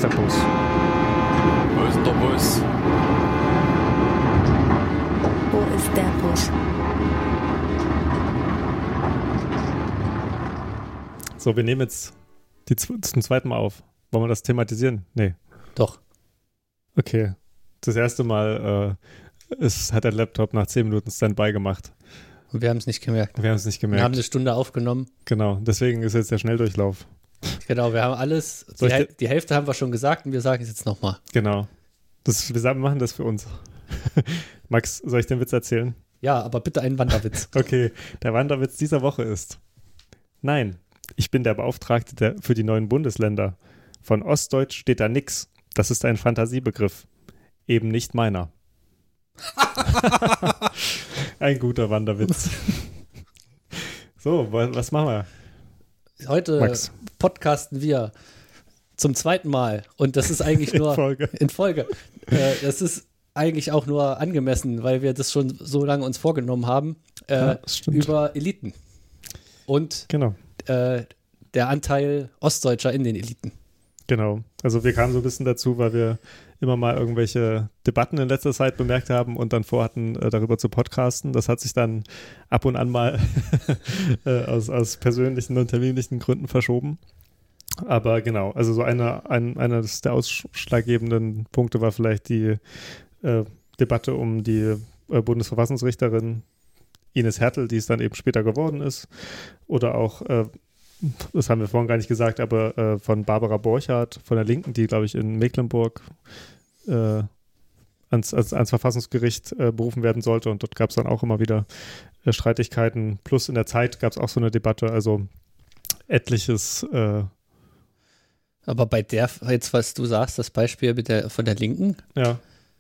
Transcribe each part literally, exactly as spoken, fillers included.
ist der Bus? Wo ist der Bus? Wo ist der Bus? So, wir nehmen jetzt die z- zum zweiten Mal auf. Wollen wir das thematisieren? Nee. Doch. Okay. Das erste Mal äh, ist, hat der Laptop nach zehn Minuten Standby gemacht. Und wir haben es nicht gemerkt. Wir haben es nicht Wir gemerkt. haben eine Stunde aufgenommen. Genau, deswegen ist jetzt der Schnelldurchlauf. Genau, wir haben alles, Soll die, ich Häl- dir- die Hälfte haben wir schon gesagt und wir sagen es jetzt nochmal. Genau. Das, wir sagen- machen das für uns. Max, soll ich den Witz erzählen? Ja, aber bitte einen Wanderwitz. Okay, der Wanderwitz dieser Woche ist: Nein, ich bin der Beauftragte der, für die neuen Bundesländer. Von Ostdeutsch steht da nix. Das ist ein Fantasiebegriff. Eben nicht meiner. Ein guter Wanderwitz. So, wa- was machen wir? Heute Max. podcasten wir zum zweiten Mal und das ist eigentlich nur In Folge. in Folge. Äh, das ist eigentlich auch nur angemessen, weil wir das schon so lange uns vorgenommen haben, äh, Ja, das stimmt. über Eliten und Genau, äh, der Anteil Ostdeutscher in den Eliten. genau. Also wir kamen so ein bisschen dazu, weil wir immer mal irgendwelche Debatten in letzter Zeit bemerkt haben und dann vorhatten, äh, darüber zu podcasten. Das hat sich dann ab und an mal äh, aus, aus persönlichen und terminlichen Gründen verschoben. Aber genau, also so eine, ein, einer der ausschlaggebenden Punkte war vielleicht die äh, Debatte um die äh, Bundesverfassungsrichterin Ines Hertel, die es dann eben später geworden ist. Oder auch, äh, das haben wir vorhin gar nicht gesagt, aber äh, von Barbara Borchardt von der Linken, die, glaube ich, in Mecklenburg äh, ans, ans, ans Verfassungsgericht äh, berufen werden sollte. Und dort gab es dann auch immer wieder äh, Streitigkeiten. Plus in der Zeit gab es auch so eine Debatte, also etliches äh, Aber bei der, jetzt was du sagst, das Beispiel mit der, von der Linken, ja,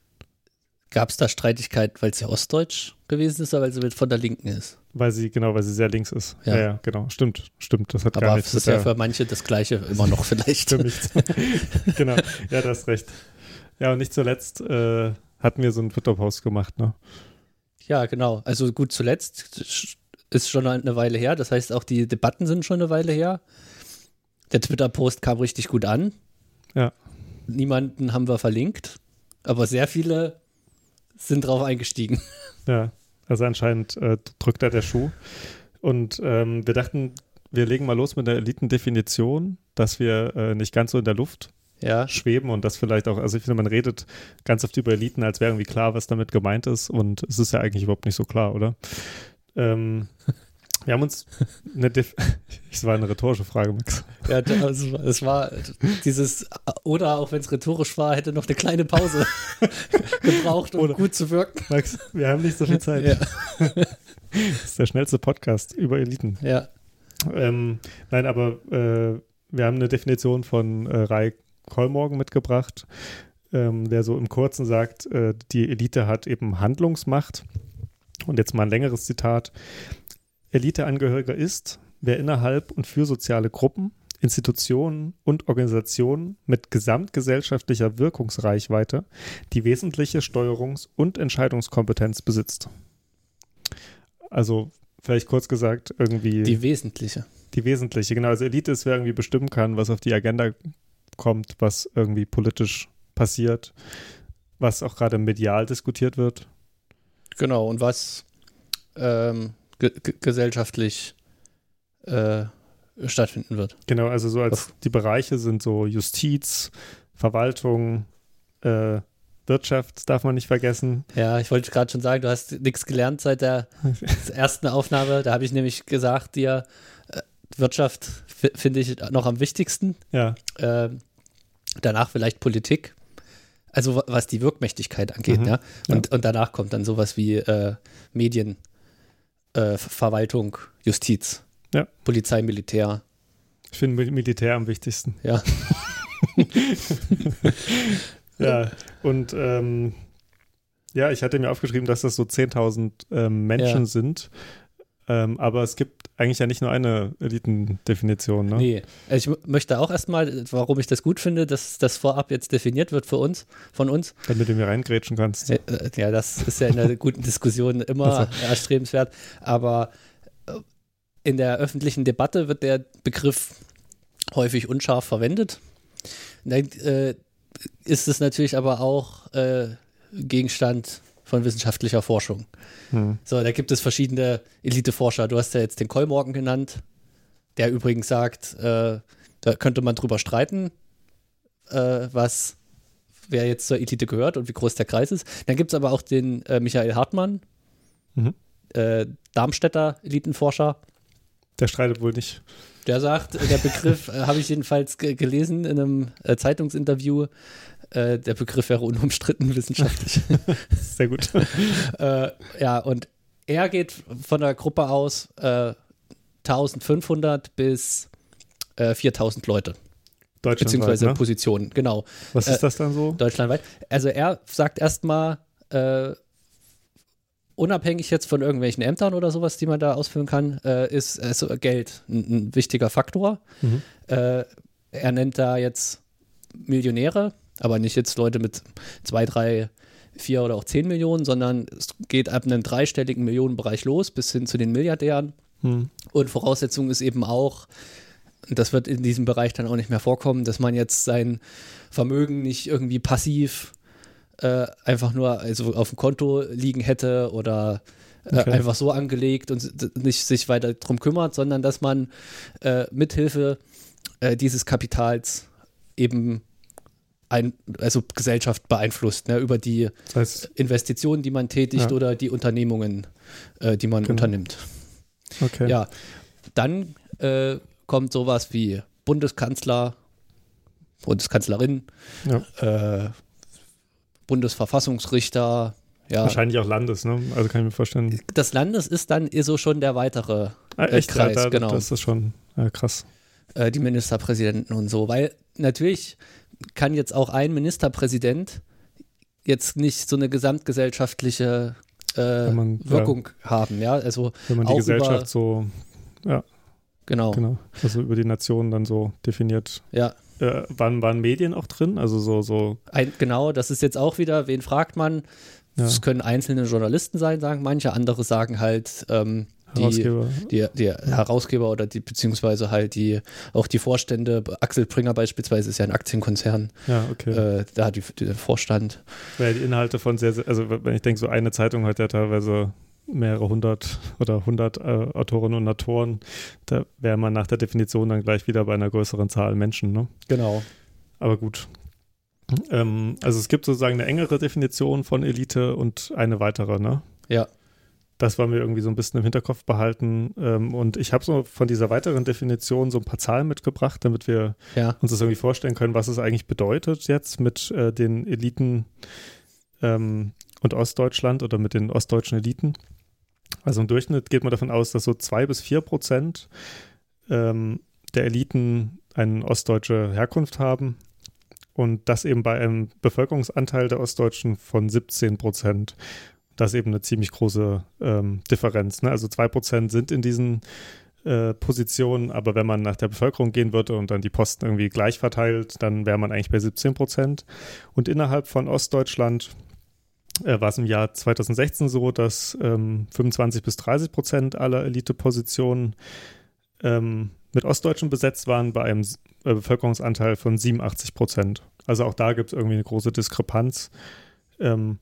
gab es da Streitigkeit, weil sie ostdeutsch gewesen ist oder weil sie mit von der Linken ist? weil sie, genau, weil sie sehr links ist. Ja. Ja, ja, genau. Stimmt, stimmt. Das hat gar Aber nichts es ist mit ja der, für manche das Gleiche immer noch vielleicht. für mich. Genau, ja, du hast recht. Ja, und nicht zuletzt äh, hatten wir so einen Twitter-Post gemacht, ne? Ja, genau. Also gut, zuletzt ist schon eine Weile her. Das heißt, auch die Debatten sind schon eine Weile her. Der Twitter-Post kam richtig gut an. Ja. Niemanden haben wir verlinkt, aber sehr viele sind drauf eingestiegen. Ja, also anscheinend äh, drückt da der Schuh. Und ähm, wir dachten, wir legen mal los mit der Elitendefinition, dass wir äh, nicht ganz so in der Luft Ja, schweben und das vielleicht auch, also ich finde, man redet ganz oft über Eliten, als wäre irgendwie klar, was damit gemeint ist und es ist ja eigentlich überhaupt nicht so klar, oder? Ähm, wir haben uns eine, Def- das war eine rhetorische Frage, Max. ja also es war dieses, oder auch wenn es rhetorisch war, hätte noch eine kleine Pause gebraucht, um Oder- gut zu wirken. Max, wir haben nicht so viel Zeit. Ja, Das ist der schnellste Podcast über Eliten. ja. Ähm, nein, aber äh, wir haben eine Definition von äh, Ray Kollmorgen mitgebracht, ähm, der so im Kurzen sagt, äh, die Elite hat eben Handlungsmacht. Und jetzt mal ein längeres Zitat. Eliteangehöriger ist, wer innerhalb und für soziale Gruppen, Institutionen und Organisationen mit gesamtgesellschaftlicher Wirkungsreichweite die wesentliche Steuerungs- und Entscheidungskompetenz besitzt. Also vielleicht kurz gesagt, irgendwie Die wesentliche. die wesentliche, genau. Also Elite ist, wer irgendwie bestimmen kann, was auf die Agenda kommt, was irgendwie politisch passiert, was auch gerade medial diskutiert wird. Genau, und was ähm, ge ge gesellschaftlich äh, stattfinden wird. Genau, also so als die Bereiche sind so Justiz, Verwaltung, äh, Wirtschaft, darf man nicht vergessen. Ja, ich wollte gerade schon sagen, du hast nichts gelernt seit der ersten Aufnahme. Da habe ich nämlich gesagt, dir äh, Wirtschaft f- finde ich noch am wichtigsten. Ja, Ähm, danach vielleicht Politik. Also wa- was die Wirkmächtigkeit angeht, Mhm, ja. Und, und danach kommt dann sowas wie äh, Medien, äh, Ver- Verwaltung, Justiz, Ja. Polizei, Militär, ich finde Mil- Militär am wichtigsten. ja. Ja, und ähm, ja, ich hatte mir aufgeschrieben, dass das so zehntausend ähm, Menschen Ja. sind. Ähm, aber es gibt eigentlich ja nicht nur eine Elitendefinition, ne? Nee, also ich m- möchte auch erstmal, warum ich das gut finde, dass das vorab jetzt definiert wird für uns, von uns. Damit du mir reingrätschen kannst. Äh, äh, Ja, das ist ja in einer guten Diskussion immer erstrebenswert, aber äh, in der öffentlichen Debatte wird der Begriff häufig unscharf verwendet. dann äh, ist es natürlich aber auch äh, Gegenstand von wissenschaftlicher Forschung. Hm. So, da gibt es verschiedene Eliteforscher. Du hast ja jetzt den Kolmorgen genannt, der übrigens sagt, äh, da könnte man drüber streiten, äh, was wer jetzt zur Elite gehört und wie groß der Kreis ist. Dann gibt es aber auch den äh, Michael Hartmann, Mhm. äh, Darmstädter Elitenforscher. Der streitet wohl nicht. Der sagt, der Begriff, äh, habe ich jedenfalls ge- gelesen in einem äh, Zeitungsinterview, äh, der Begriff wäre unumstritten wissenschaftlich. Sehr gut. äh, ja, und er geht von der Gruppe aus äh, eintausendfünfhundert bis äh, viertausend Leute, beziehungsweise ne? Positionen, genau. Was äh, ist das dann so? Deutschlandweit. Also er sagt erstmal, äh, unabhängig jetzt von irgendwelchen Ämtern oder sowas, die man da ausfüllen kann, äh, ist also Geld ein, ein wichtiger Faktor. Mhm. Äh, er nennt da jetzt Millionäre, aber nicht jetzt Leute mit zwei, drei, vier oder auch zehn Millionen, sondern es geht ab einem dreistelligen Millionenbereich los bis hin zu den Milliardären. Hm. Und Voraussetzung ist eben auch, und das wird in diesem Bereich dann auch nicht mehr vorkommen, dass man jetzt sein Vermögen nicht irgendwie passiv äh, einfach nur also auf dem Konto liegen hätte oder äh, Okay. einfach so angelegt und nicht sich weiter drum kümmert, sondern dass man äh, mithilfe äh, dieses Kapitals eben ein, also Gesellschaft beeinflusst, ne, über die Das heißt, Investitionen, die man tätigt Ja. oder die Unternehmungen, äh, die man Genau. unternimmt. okay. Ja, dann äh, kommt sowas wie Bundeskanzler, Bundeskanzlerin, Ja. äh, Bundesverfassungsrichter, ja. Wahrscheinlich auch Landes, ne? Also kann ich mir vorstellen. Das Landes ist dann so schon der weitere Ah, äh, echt? Kreis, ja, da, genau. Das ist schon äh, krass. Äh, die Ministerpräsidenten und so, weil natürlich kann jetzt auch ein Ministerpräsident jetzt nicht so eine gesamtgesellschaftliche äh, Wenn man, ja. Wirkung haben, ja, also Wenn man die auch Gesellschaft über, so, genau, genau, also über die Nation dann so definiert. ja. Äh, waren, waren Medien auch drin? Also so, so, Ein, genau, das ist jetzt auch wieder, wen fragt man? ja, Es können einzelne Journalisten sein, sagen manche, andere sagen halt ähm, die, Herausgeber. die, die Herausgeber oder die, beziehungsweise halt die, auch die Vorstände, Axel Springer beispielsweise ist ja ein Aktienkonzern, Ja, okay. äh, da hat die, der Vorstand. Weil die Inhalte von sehr, sehr, also wenn ich denke, so eine Zeitung hat ja teilweise mehrere hundert oder hundert äh, Autorinnen und Autoren, da wäre man nach der Definition dann gleich wieder bei einer größeren Zahl Menschen, ne? Genau. Aber gut. Ähm, also es gibt sozusagen eine engere Definition von Elite und eine weitere, ne? Ja. Das wollen wir irgendwie so ein bisschen im Hinterkopf behalten. Ähm, und ich habe so von dieser weiteren Definition so ein paar Zahlen mitgebracht, damit wir Ja. uns das irgendwie vorstellen können, was es eigentlich bedeutet jetzt mit äh, den Eliten ähm, und Ostdeutschland oder mit den ostdeutschen Eliten. Also im Durchschnitt geht man davon aus, dass so zwei bis vier Prozent ähm, der Eliten eine ostdeutsche Herkunft haben und das eben bei einem Bevölkerungsanteil der Ostdeutschen von siebzehn Prozent. Das ist eben eine ziemlich große ähm, Differenz. Ne? Also zwei Prozent sind in diesen äh, Positionen, aber wenn man nach der Bevölkerung gehen würde und dann die Posten irgendwie gleich verteilt, dann wäre man eigentlich bei siebzehn Prozent. Und innerhalb von Ostdeutschland äh, war es im Jahr zweitausendsechzehn so, dass ähm, fünfundzwanzig bis dreißig Prozent aller Elitepositionen ähm, mit Ostdeutschen besetzt waren, bei einem äh, Bevölkerungsanteil von siebenundachtzig Prozent. Also auch da gibt es irgendwie eine große Diskrepanz. Ähm,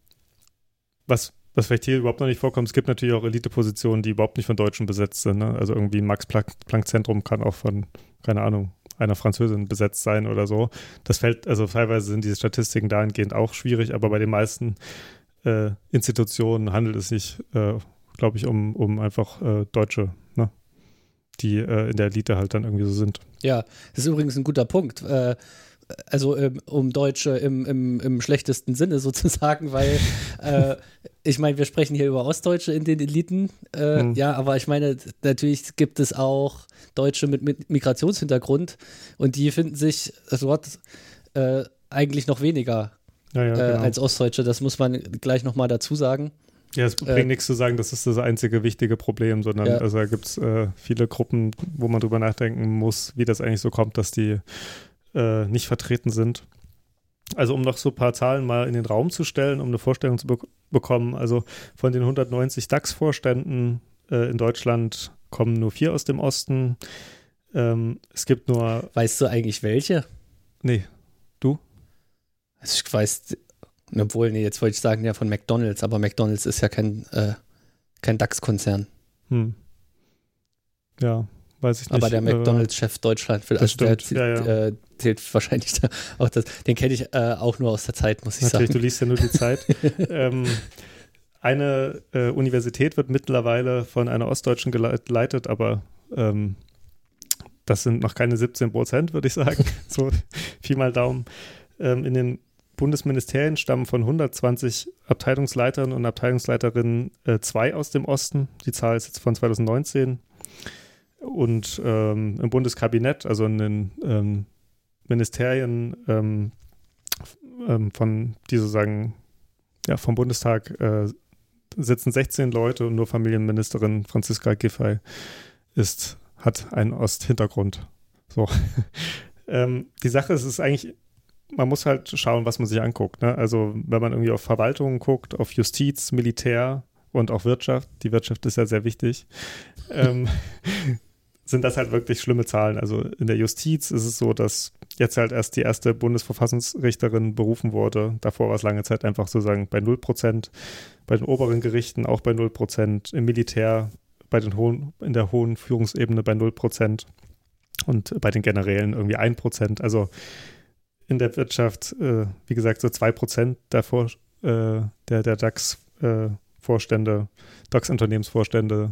was Was vielleicht hier überhaupt noch nicht vorkommt, es gibt natürlich auch Elitepositionen, die überhaupt nicht von Deutschen besetzt sind. Ne? Also irgendwie ein Max-Planck-Zentrum kann auch von, keine Ahnung, einer Französin besetzt sein oder so. Das fällt, also teilweise sind diese Statistiken dahingehend auch schwierig, aber bei den meisten äh, Institutionen handelt es sich, äh, glaube ich, um, um einfach äh, Deutsche, ne? Die äh, in der Elite halt dann irgendwie so sind. Ja, das ist übrigens ein guter Punkt. Äh, also ähm, um Deutsche im, im, im schlechtesten Sinne sozusagen, weil äh, ich meine, wir sprechen hier über Ostdeutsche in den Eliten, äh, Mhm. ja, aber ich meine, natürlich gibt es auch Deutsche mit, mit Migrationshintergrund und die finden sich dort äh, eigentlich noch weniger Ja, ja, äh, genau. als Ostdeutsche, das muss man gleich nochmal dazu sagen. Ja, es bringt äh, nichts zu sagen, das ist das einzige wichtige Problem, sondern Ja. also da gibt es äh, viele Gruppen, wo man drüber nachdenken muss, wie das eigentlich so kommt, dass die äh, nicht vertreten sind. Also um noch so ein paar Zahlen mal in den Raum zu stellen, um eine Vorstellung zu be- bekommen, also von den hundertneunzig DAX-Vorständen äh, in Deutschland kommen nur vier aus dem Osten. Ähm, es gibt nur, Weißt du eigentlich welche? nee, Also ich weiß, obwohl, nee, jetzt wollte ich sagen, ja von McDonalds, aber McDonalds ist ja kein, äh, kein DAX-Konzern. Hm. Ja, weiß ich nicht. Aber der McDonalds-Chef Deutschland, also der stimmt. Ja, ja. Äh, zählt wahrscheinlich da auch das. Den kenne ich äh, auch nur aus der Zeit, muss ich Natürlich, sagen. du liest ja nur die Zeit. ähm, eine äh, Universität wird mittlerweile von einer Ostdeutschen geleitet, aber ähm, das sind noch keine siebzehn Prozent, würde ich sagen. So Pi mal Daumen. Ähm, in den Bundesministerien stammen von hundertzwanzig Abteilungsleitern und Abteilungsleiterinnen äh, zwei aus dem Osten. Die Zahl ist jetzt von zwanzig neunzehn. Und ähm, im Bundeskabinett, also in den ähm, Ministerien ähm, ähm, von, die sozusagen ja, vom Bundestag äh, sitzen sechzehn Leute und nur Familienministerin Franziska Giffey ist, hat einen Osthintergrund. So. ähm, die Sache ist, es ist eigentlich, man muss halt schauen, was man sich anguckt. Ne? Also wenn man irgendwie auf Verwaltungen guckt, auf Justiz, Militär und auch Wirtschaft, die Wirtschaft ist ja sehr wichtig, ähm, sind das halt wirklich schlimme Zahlen. Also in der Justiz ist es so, dass jetzt halt erst die erste Bundesverfassungsrichterin berufen wurde. Davor war es lange Zeit einfach sozusagen bei null Prozent. Bei den oberen Gerichten auch bei null Prozent. Im Militär bei den hohen, in der hohen Führungsebene bei null Prozent. Und bei den Generälen irgendwie ein Prozent. Also in der Wirtschaft, äh, wie gesagt, so zwei Prozent der, Vor- äh, der, der DAX-Vorstände, äh, DAX-Unternehmensvorstände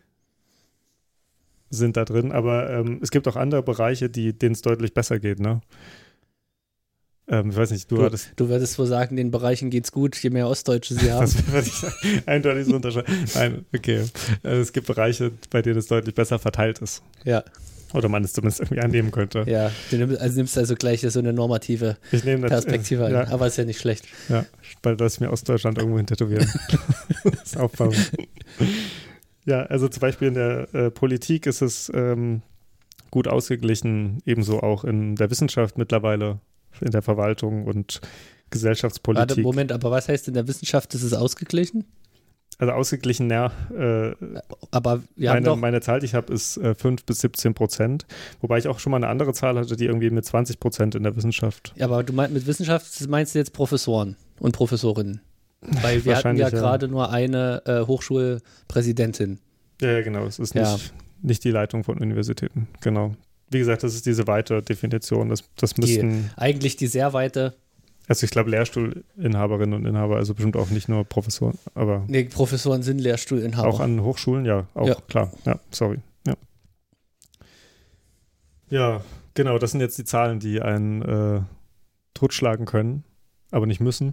sind da drin, aber ähm, es gibt auch andere Bereiche, die, denen es deutlich besser geht, ne? Ähm, ich weiß nicht, du, Du, hattest... du würdest wohl sagen, den Bereichen geht's gut, je mehr Ostdeutsche sie haben. Das würde ich eindeutig so unterscheiden. Nein, okay. Also es gibt Bereiche, bei denen es deutlich besser verteilt ist. Ja, Oder man es zumindest irgendwie annehmen könnte. ja. Du nimmst also, nimmst also gleich so eine normative Ich nehme das, Perspektive äh, ein, ja, aber ist ja nicht schlecht. ja, weil das ich mir Ostdeutschland irgendwo hin tätowieren. Das ist aufbauen. Ja, also zum Beispiel in der äh, Politik ist es ähm, gut ausgeglichen, ebenso auch in der Wissenschaft mittlerweile, in der Verwaltung und Gesellschaftspolitik. Warte, Moment, aber was heißt in der Wissenschaft, ist es ausgeglichen? Also ausgeglichen, ja, äh, Aber wir haben meine, doch, meine Zahl, die ich habe, ist äh, fünf bis siebzehn Prozent, wobei ich auch schon mal eine andere Zahl hatte, die irgendwie mit zwanzig Prozent in der Wissenschaft. ja, aber du meinst mit Wissenschaft meinst du jetzt Professoren und Professorinnen? Weil wir hatten ja, Wahrscheinlich, ja. gerade nur eine äh, Hochschulpräsidentin. Ja, ja, genau, es ist Ja. nicht, nicht die Leitung von Universitäten, genau. Wie gesagt, das ist diese weite Definition, das, das müssten, Eigentlich die sehr weite, also ich glaube Lehrstuhlinhaberinnen und Inhaber, also bestimmt auch nicht nur Professoren, aber nee, Professoren sind Lehrstuhlinhaber. auch an Hochschulen, ja, auch Ja. klar, ja, sorry, ja. Ja, genau, das sind jetzt die Zahlen, die einen äh, totschlagen können, aber nicht müssen.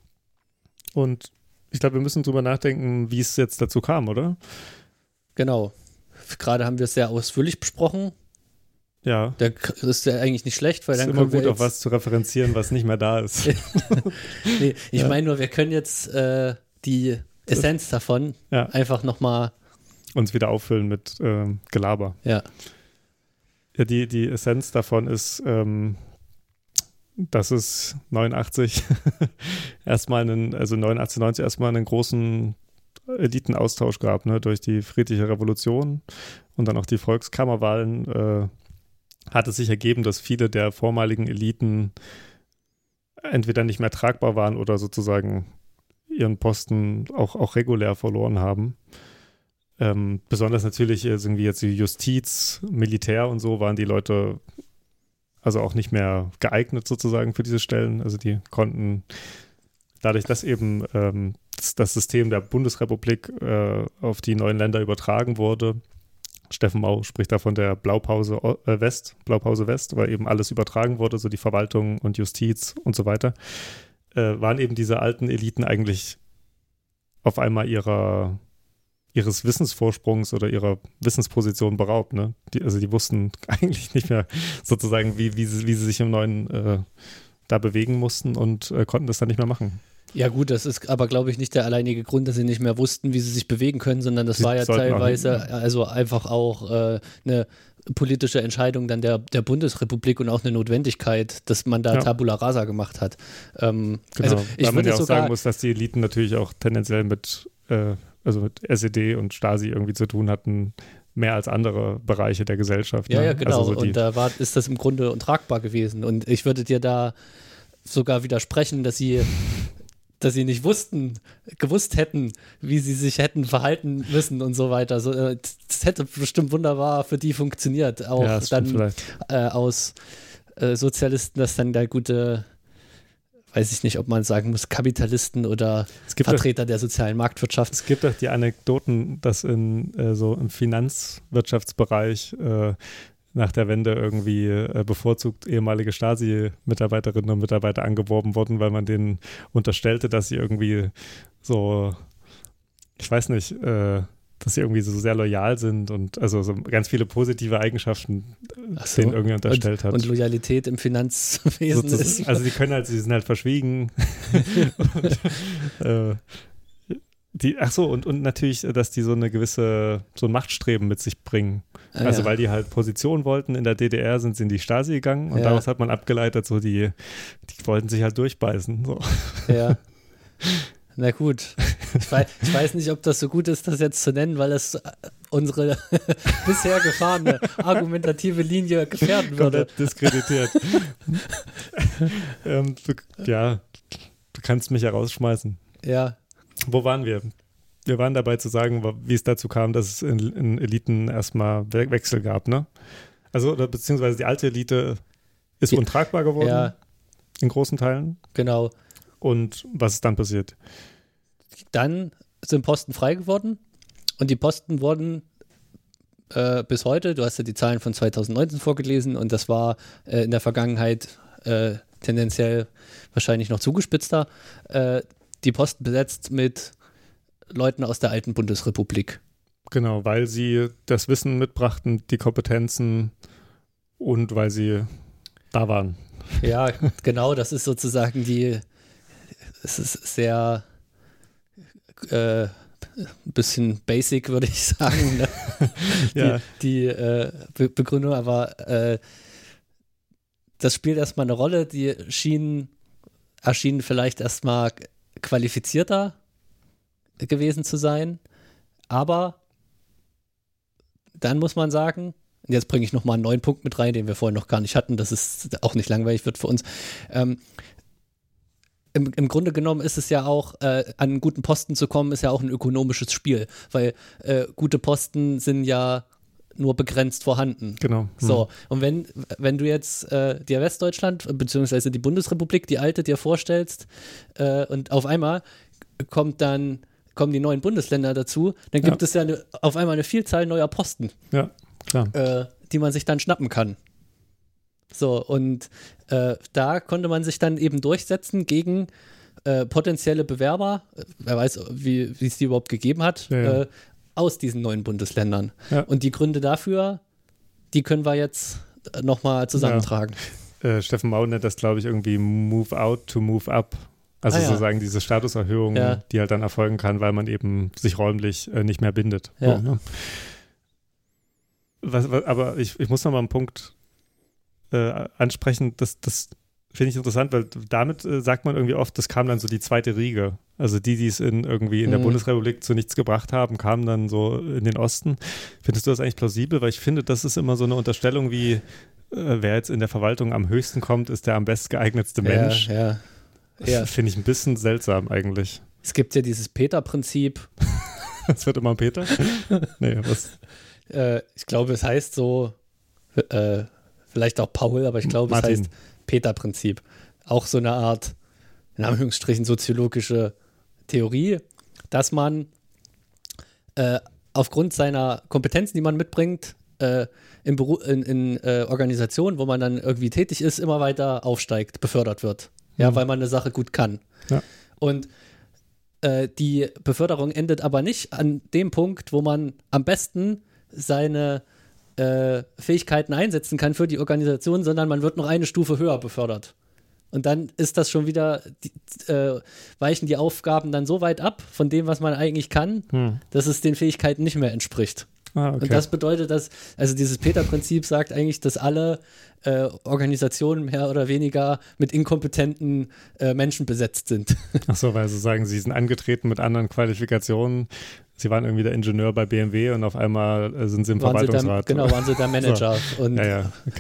Und ich glaube, wir müssen drüber nachdenken, wie es jetzt dazu kam, oder? Genau. Gerade haben wir es sehr ausführlich besprochen. Ja. Da ist ja eigentlich nicht schlecht, weil Es ist dann immer können wir gut, auf jetzt, was zu referenzieren, was nicht mehr da ist. nee, ich Ja. meine nur, wir können jetzt äh, die Essenz davon Ja. einfach nochmal, Uns wieder auffüllen mit ähm, Gelaber. ja, Ja, die, die Essenz davon ist, ähm, dass es neunundachtzig erstmal einen, also neunundachtzig, neunzig erstmal einen großen Elitenaustausch gab, ne, durch die friedliche Revolution und dann auch die Volkskammerwahlen äh, hat es sich ergeben, dass viele der vormaligen Eliten entweder nicht mehr tragbar waren oder sozusagen ihren Posten auch, auch regulär verloren haben. Ähm, besonders natürlich irgendwie jetzt die Justiz, Militär und so waren die Leute also auch nicht mehr geeignet sozusagen für diese Stellen. Also die konnten dadurch, dass eben ähm, das, das System der Bundesrepublik äh, auf die neuen Länder übertragen wurde. Steffen Mau spricht da von der Blaupause äh, West, Blaupause West, weil eben alles übertragen wurde, so die Verwaltung und Justiz und so weiter, äh, waren eben diese alten Eliten eigentlich auf einmal ihrer ihres Wissensvorsprungs oder ihrer Wissensposition beraubt. Ne? Die, also die wussten eigentlich nicht mehr sozusagen, wie, wie, sie, wie sie sich im Neuen äh, da bewegen mussten und äh, konnten das dann nicht mehr machen. Ja gut, das ist aber, glaube ich, nicht der alleinige Grund, dass sie nicht mehr wussten, wie sie sich bewegen können, sondern das Sie war ja sollten auch teilweise nicht, also einfach auch äh, eine politische Entscheidung dann der, der Bundesrepublik und auch eine Notwendigkeit, dass man da Ja. Tabula Rasa gemacht hat. Ähm, Genau, also ich weil man würde ja auch sogar, sagen muss, dass die Eliten natürlich auch tendenziell mit, äh, also mit S E D und Stasi irgendwie zu tun hatten, mehr als andere Bereiche der Gesellschaft. ja, ne? ja, genau, Also so die, und da war, ist das im Grunde untragbar gewesen und ich würde dir da sogar widersprechen, dass sie, dass sie nicht wussten, gewusst hätten, wie sie sich hätten verhalten müssen und so weiter. So, äh, das hätte bestimmt wunderbar für die funktioniert. Auch Ja, das stimmt dann vielleicht. äh, aus äh, Sozialisten, dass dann der gute, weiß ich nicht, ob man sagen muss, Kapitalisten oder Es gibt, auch, Vertreter der sozialen Marktwirtschaft. es gibt auch die Anekdoten, dass in äh, so im Finanzwirtschaftsbereich äh, nach der Wende irgendwie äh, bevorzugt ehemalige Stasi-Mitarbeiterinnen und Mitarbeiter angeworben wurden, weil man denen unterstellte, dass sie irgendwie so, ich weiß nicht, äh, dass sie irgendwie so sehr loyal sind und also so ganz viele positive Eigenschaften äh, Ach so. denen irgendwie unterstellt und, hat. Und Loyalität im Finanzwesen Sozusagen- ist. Also sie können halt, sie sind halt verschwiegen. und, äh, die, ach so, und, und natürlich, dass die so eine gewisse, so ein Machtstreben mit sich bringen. Ah, Also ja. weil die halt Position wollten in der D D R, sind sie in die Stasi gegangen und Ja. daraus hat man abgeleitet, so die, die wollten sich halt durchbeißen. So. Ja. Na gut. Ich weiß, ich weiß nicht, ob das so gut ist, das jetzt zu nennen, weil es unsere bisher gefahrene argumentative Linie gefährden würde. Komplett diskreditiert. ähm, du, ja, du kannst mich ja rausschmeißen. Ja. Wo waren wir? Wir waren dabei zu sagen, wie es dazu kam, dass es in, in Eliten erstmal We- Wechsel gab, ne? Also, oder beziehungsweise die alte Elite ist Ja. untragbar geworden, Ja, in großen Teilen. genau. Und was ist dann passiert? Dann sind Posten frei geworden und die Posten wurden äh, bis heute, du hast ja die Zahlen von zweitausendneunzehn vorgelesen und das war äh, in der Vergangenheit äh, tendenziell wahrscheinlich noch zugespitzter, äh, die Posten besetzt mit Leuten aus der alten Bundesrepublik. Genau, weil sie das Wissen mitbrachten, die Kompetenzen und weil sie da waren. Ja, genau, das ist sozusagen die, es ist sehr äh, ein bisschen basic, würde ich sagen, ne? die, Ja. die äh, Be- Begründung, aber äh, das spielt erstmal eine Rolle, die schienen, erschienen vielleicht erstmal qualifizierter gewesen zu sein, aber dann muss man sagen, und jetzt bringe ich nochmal einen neuen Punkt mit rein, den wir vorhin noch gar nicht hatten, dass es auch nicht langweilig wird für uns. Ähm, im, Im Grunde genommen ist es ja auch, äh, an einen guten Posten zu kommen, ist ja auch ein ökonomisches Spiel, weil äh, gute Posten sind ja nur begrenzt vorhanden. Genau. So, und wenn, wenn du jetzt äh, dir Westdeutschland, beziehungsweise die Bundesrepublik, die alte, dir vorstellst äh, und auf einmal kommt dann, kommen die neuen Bundesländer dazu, dann gibt Ja. es ja eine, auf einmal eine Vielzahl neuer Posten, Ja, klar. äh, die man sich dann schnappen kann. So, und äh, da konnte man sich dann eben durchsetzen gegen äh, potenzielle Bewerber, äh, wer weiß, wie wie es die überhaupt gegeben hat, Ja, ja. Äh, aus diesen neuen Bundesländern. Ja. Und die Gründe dafür, die können wir jetzt nochmal zusammentragen. Äh, Steffen Mau nennt das, glaube ich, irgendwie Move Out to Move Up. Also Ah, ja. sozusagen diese Statuserhöhung, Ja. die halt dann erfolgen kann, weil man eben sich räumlich äh, nicht mehr bindet. Ja. So, ne? was, was, aber ich, ich muss noch mal einen Punkt äh, ansprechen, das, das finde ich interessant, weil damit äh, sagt man irgendwie oft, das kam dann so die zweite Riege. Also die, die es in irgendwie in der Mhm. Bundesrepublik zu nichts gebracht haben, kamen dann so in den Osten. Findest du das eigentlich plausibel? Weil ich finde, das ist immer so eine Unterstellung wie, äh, wer jetzt in der Verwaltung am höchsten kommt, ist der am bestgeeignetste Mensch. Ja, ja. Das Ja. finde ich ein bisschen seltsam eigentlich. Es gibt ja dieses Peter-Prinzip. Es wird immer Peter? Nee, was? Äh, ich glaube, es heißt so, äh, vielleicht auch Paul, aber ich glaube, Martin. es heißt Peter-Prinzip. Auch so eine Art, in Anführungsstrichen, soziologische Theorie, dass man äh, aufgrund seiner Kompetenzen, die man mitbringt, äh, in, Beru in, in äh, Organisationen, wo man dann irgendwie tätig ist, immer weiter aufsteigt, befördert wird. Ja, Mhm. weil man eine Sache gut kann. Ja. Und äh, die Beförderung endet aber nicht an dem Punkt, wo man am besten seine äh, Fähigkeiten einsetzen kann für die Organisation, sondern man wird noch eine Stufe höher befördert. Und dann ist das schon wieder, die, äh, weichen die Aufgaben dann so weit ab von dem, was man eigentlich kann, Hm. dass es den Fähigkeiten nicht mehr entspricht. Ah, okay. Und das bedeutet, dass, also dieses Peter-Prinzip sagt eigentlich, dass alle äh, Organisationen mehr oder weniger mit inkompetenten äh, Menschen besetzt sind. Ach so, weil sie sagen, sie sind angetreten mit anderen Qualifikationen. Sie waren irgendwie der Ingenieur bei B M W und auf einmal äh, sind sie im Waren sie Verwaltungsrat. der, genau, waren sie der Manager. Und Ja, ja, okay.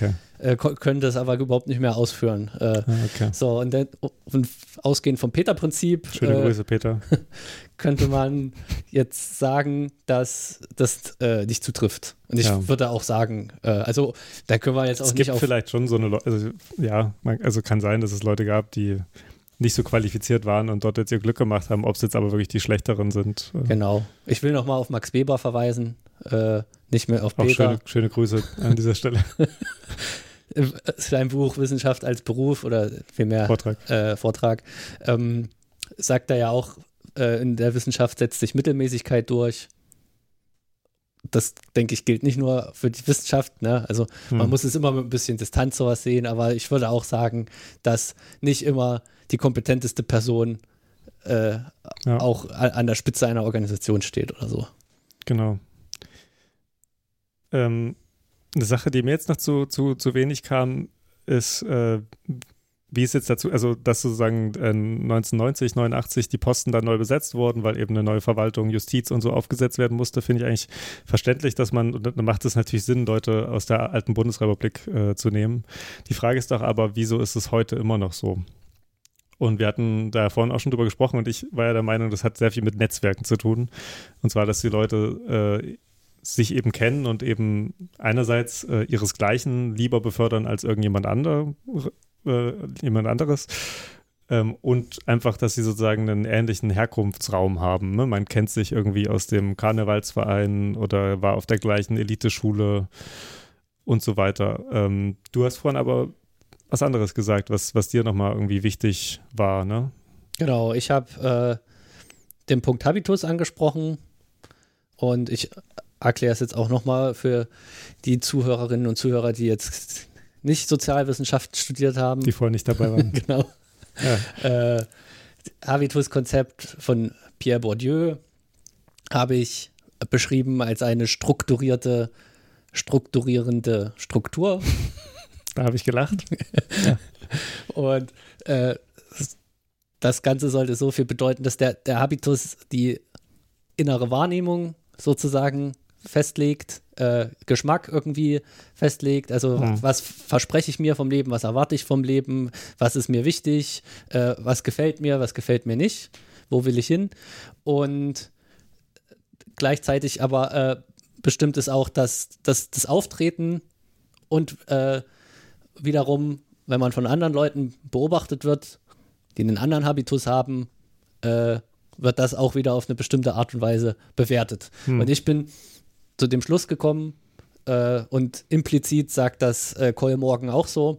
äh, ko- können das aber überhaupt nicht mehr ausführen. Äh, okay. So, und, dann, und ausgehend vom Peter-Prinzip Schöne äh, Grüße, Peter. könnte man jetzt sagen, dass das äh, nicht zutrifft. Und ich Ja. würde auch sagen, äh, also da können wir jetzt auch Es nicht gibt auf... vielleicht schon so eine Leute, also ja, man, also kann sein, dass es Leute gab, die nicht so qualifiziert waren und dort jetzt ihr Glück gemacht haben, ob es jetzt aber wirklich die schlechteren sind. äh, Genau. Ich will nochmal auf Max Weber verweisen, äh, nicht mehr auf Auch Peter. schöne, schöne Grüße an dieser Stelle. Sein Buch Wissenschaft als Beruf oder vielmehr Vortrag. Äh, Vortrag, ähm, sagt er ja auch, äh, in der Wissenschaft setzt sich Mittelmäßigkeit durch. Das, denke ich, gilt nicht nur für die Wissenschaft, ne? Also Hm. man muss es immer mit ein bisschen Distanz sowas sehen, aber ich würde auch sagen, dass nicht immer die kompetenteste Person äh, Ja. auch a- an der Spitze einer Organisation steht oder so. Genau. Ähm, eine Sache, die mir jetzt noch zu, zu, zu wenig kam, ist, äh, wie es jetzt dazu, also dass sozusagen äh, neunzehnhundertneunzig, neunundachtzig die Posten dann neu besetzt wurden, weil eben eine neue Verwaltung, Justiz und so aufgesetzt werden musste, finde ich eigentlich verständlich, dass man, und dann macht es natürlich Sinn, Leute aus der alten Bundesrepublik äh, zu nehmen. Die Frage ist doch aber, wieso ist es heute immer noch so? Und wir hatten da vorhin auch schon drüber gesprochen und ich war ja der Meinung, das hat sehr viel mit Netzwerken zu tun. Und zwar, dass die Leute äh, sich eben kennen und eben einerseits äh, ihresgleichen lieber befördern als irgendjemand andere, äh, jemand anderes. Ähm, und einfach, dass sie sozusagen einen ähnlichen Herkunftsraum haben. Ne? Man kennt sich irgendwie aus dem Karnevalsverein oder war auf der gleichen Eliteschule und so weiter. Ähm, du hast vorhin aber was anderes gesagt, was, was dir nochmal irgendwie wichtig war, ne? Genau, ich habe äh, den Punkt Habitus angesprochen und ich erkläre es jetzt auch nochmal für die Zuhörerinnen und Zuhörer, die jetzt nicht Sozialwissenschaften studiert haben. Die vorher nicht dabei waren. Genau. Ja. Äh, Habitus-Konzept von Pierre Bourdieu habe ich beschrieben als eine strukturierte, strukturierende Struktur. Da habe ich gelacht. Und äh, das Ganze sollte so viel bedeuten, dass der, der Habitus die innere Wahrnehmung sozusagen festlegt, äh, Geschmack irgendwie festlegt, also Mhm. was verspreche ich mir vom Leben, was erwarte ich vom Leben, was ist mir wichtig, äh, was gefällt mir, was gefällt mir nicht, wo will ich hin und gleichzeitig aber äh, bestimmt ist auch das, das, das Auftreten und äh, wiederum, wenn man von anderen Leuten beobachtet wird, die einen anderen Habitus haben, äh, wird das auch wieder auf eine bestimmte Art und Weise bewertet. Hm. Und ich bin zu dem Schluss gekommen äh, und implizit sagt das äh, Cole Morgan auch so,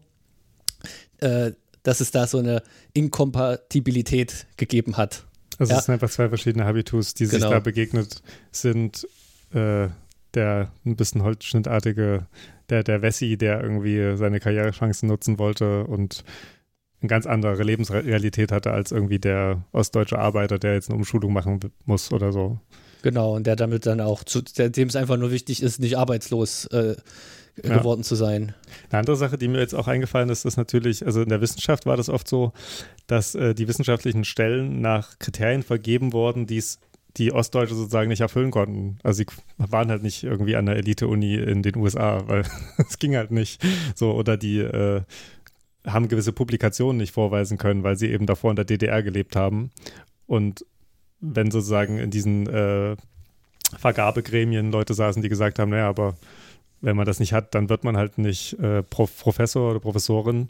äh, dass es da so eine Inkompatibilität gegeben hat. Also Ja. es sind einfach zwei verschiedene Habitus, die sich Genau. da begegnet sind. Äh, der ein bisschen holzschnittartige, der, der Wessi, der irgendwie seine Karrierechancen nutzen wollte und eine ganz andere Lebensrealität hatte als irgendwie der ostdeutsche Arbeiter, der jetzt eine Umschulung machen muss oder so. Genau, und der damit dann auch, zu, der, dem es einfach nur wichtig ist, nicht arbeitslos äh, Ja. geworden zu sein. Eine andere Sache, die mir jetzt auch eingefallen ist, ist natürlich, also in der Wissenschaft war das oft so, dass äh, die wissenschaftlichen Stellen nach Kriterien vergeben wurden, die es die Ostdeutsche sozusagen nicht erfüllen konnten. Also sie waren halt nicht irgendwie an der Elite-Uni in den U S A, weil es ging halt nicht so. Oder die äh, haben gewisse Publikationen nicht vorweisen können, weil sie eben davor in der D D R gelebt haben. Und wenn sozusagen in diesen äh, Vergabegremien Leute saßen, die gesagt haben, naja, aber wenn man das nicht hat, dann wird man halt nicht äh, Prof- Professor oder Professorin.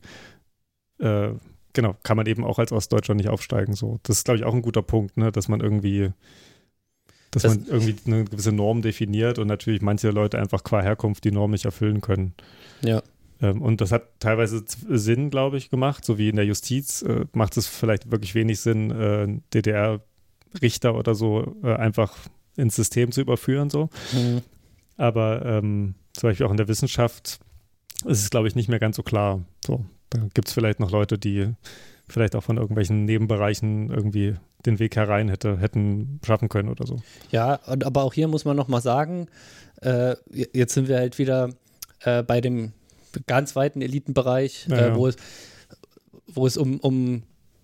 Äh, genau, kann man eben auch als Ostdeutscher nicht aufsteigen. So. Das ist, glaube ich, auch ein guter Punkt, ne? Dass man irgendwie dass Das- man irgendwie eine gewisse Norm definiert und natürlich manche Leute einfach qua Herkunft die Norm nicht erfüllen können. Ja. Ähm, und das hat teilweise z- Sinn, glaube ich, gemacht, so wie in der Justiz äh, macht es vielleicht wirklich wenig Sinn, äh, D D R-Richter oder so äh, einfach ins System zu überführen, so. Mhm. Aber ähm, zum Beispiel auch in der Wissenschaft ist es, glaube ich, nicht mehr ganz so klar. So, da gibt es vielleicht noch Leute, die vielleicht auch von irgendwelchen Nebenbereichen irgendwie den Weg herein hätte, hätten schaffen können oder so. Ja, und, aber auch hier muss man nochmal sagen, äh, jetzt sind wir halt wieder äh, bei dem ganz weiten Elitenbereich, Ja, äh, ja. wo es, wo es um, um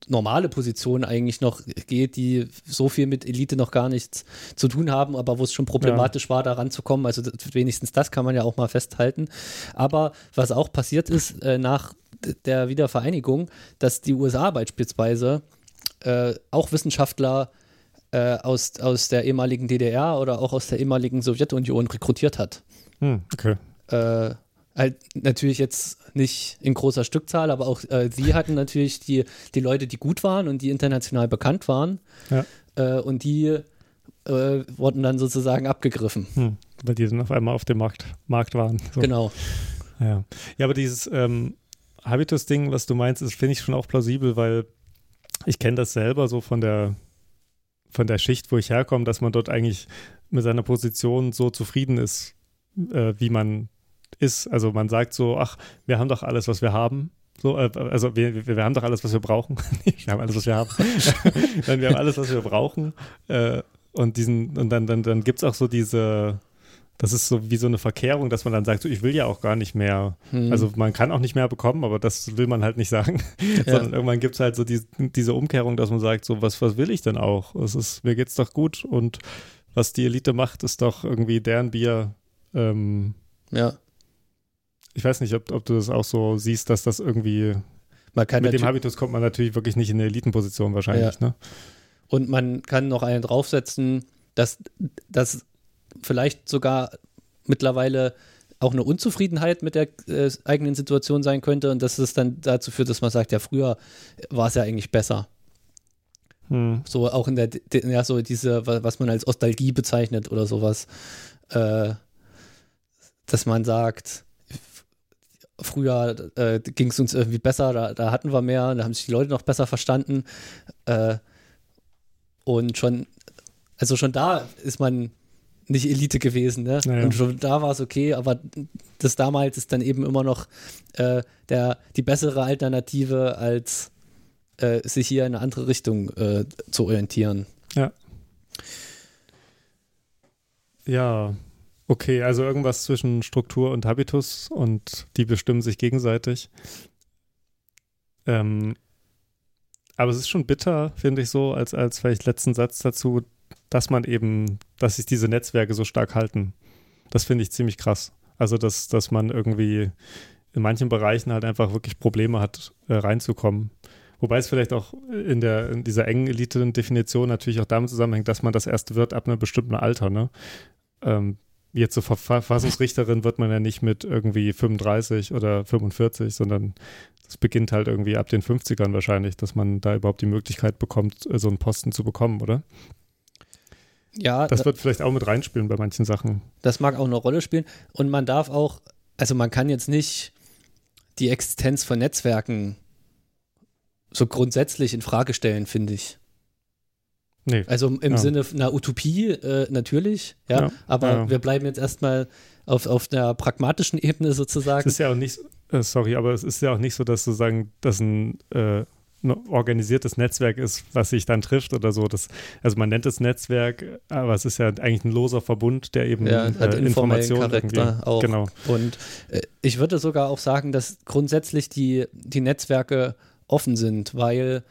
normale Positionen eigentlich noch geht, die so viel mit Elite noch gar nichts zu tun haben, aber wo es schon problematisch ja. war, da ranzukommen. Also wenigstens das kann man ja auch mal festhalten. Aber was auch passiert ist äh, nach der Wiedervereinigung, dass die U S A beispielsweise äh, auch Wissenschaftler äh, aus, aus der ehemaligen D D R oder auch aus der ehemaligen Sowjetunion rekrutiert hat. Hm, okay. Äh, halt natürlich jetzt nicht in großer Stückzahl, aber auch äh, sie hatten natürlich die, die Leute, die gut waren und die international bekannt waren. Ja. Äh, und die äh, wurden dann sozusagen abgegriffen. Hm, weil die dann auf einmal auf dem Markt, Markt waren. So. Genau. Ja. ja, aber dieses ähm, Habitus-Ding, was du meinst, ist, finde ich schon auch plausibel, weil ich kenne das selber so von der, von der Schicht, wo ich herkomme, dass man dort eigentlich mit seiner Position so zufrieden ist, äh, wie man ist. Also man sagt so, ach, wir haben doch alles, was wir haben. So, äh, also wir, wir, wir haben doch alles, was wir brauchen. wir haben alles, was wir haben. wir haben alles, was wir brauchen. Äh, und diesen, und dann, dann, dann gibt es auch so diese, das ist so wie so eine Verkehrung, dass man dann sagt, so, ich will ja auch gar nicht mehr. Hm. Also man kann auch nicht mehr bekommen, aber das will man halt nicht sagen. Ja. Sondern irgendwann gibt es halt so die, diese Umkehrung, dass man sagt, so, was, was will ich denn auch? Es ist, mir geht's doch gut und was die Elite macht, ist doch irgendwie deren Bier. Ähm, ja. Ich weiß nicht, ob, ob du das auch so siehst, dass das irgendwie, man kann mit dem Habitus kommt man natürlich wirklich nicht in eine Elitenposition wahrscheinlich. Ja. Ne? Und man kann noch einen draufsetzen, dass das vielleicht sogar mittlerweile auch eine Unzufriedenheit mit der äh, eigenen Situation sein könnte und dass es dann dazu führt, dass man sagt, ja, früher war es ja eigentlich besser. Hm. So auch in der, ja, so diese, was man als Nostalgie bezeichnet oder sowas, äh, dass man sagt, früher äh, ging es uns irgendwie besser, da, da hatten wir mehr, da haben sich die Leute noch besser verstanden. Äh, und schon, also schon da ist man nicht Elite gewesen, ne? Naja. Und schon da war es okay, aber das damals ist dann eben immer noch äh, der, die bessere Alternative, als äh, sich hier in eine andere Richtung äh, zu orientieren. Ja. Ja. Okay, also irgendwas zwischen Struktur und Habitus und die bestimmen sich gegenseitig. Ähm, aber es ist schon bitter, finde ich so, als, als vielleicht letzten Satz dazu, dass man eben, dass sich diese Netzwerke so stark halten. Das finde ich ziemlich krass. Also, dass, dass man irgendwie in manchen Bereichen halt einfach wirklich Probleme hat, äh, reinzukommen. Wobei es vielleicht auch in, der, in dieser engen Elite-Definition natürlich auch damit zusammenhängt, dass man das erst wird ab einem bestimmten Alter, ne? Ähm, Jetzt zur Verfassungsrichterin wird man ja nicht mit irgendwie fünfunddreißig oder fünfundvierzig, sondern das beginnt halt irgendwie ab den fünfzigern wahrscheinlich, dass man da überhaupt die Möglichkeit bekommt, so einen Posten zu bekommen, oder? Ja. Das wird vielleicht auch mit reinspielen bei manchen Sachen. Das mag auch eine Rolle spielen. Und man darf auch, also man kann jetzt nicht die Existenz von Netzwerken so grundsätzlich in Frage stellen, finde ich. Nee. Also im ja. Sinne einer Utopie äh, natürlich, ja, ja aber ja. wir bleiben jetzt erstmal auf, auf der pragmatischen Ebene sozusagen. Es ist ja auch nicht, äh, sorry, aber es ist ja auch nicht so, dass sozusagen das ein, äh, ein organisiertes Netzwerk ist, was sich dann trifft oder so. Das, also man nennt es Netzwerk, aber es ist ja eigentlich ein loser Verbund, der eben ja, hat äh, Informationen Charakter auch. Genau. Und äh, ich würde sogar auch sagen, dass grundsätzlich die, die Netzwerke offen sind, weil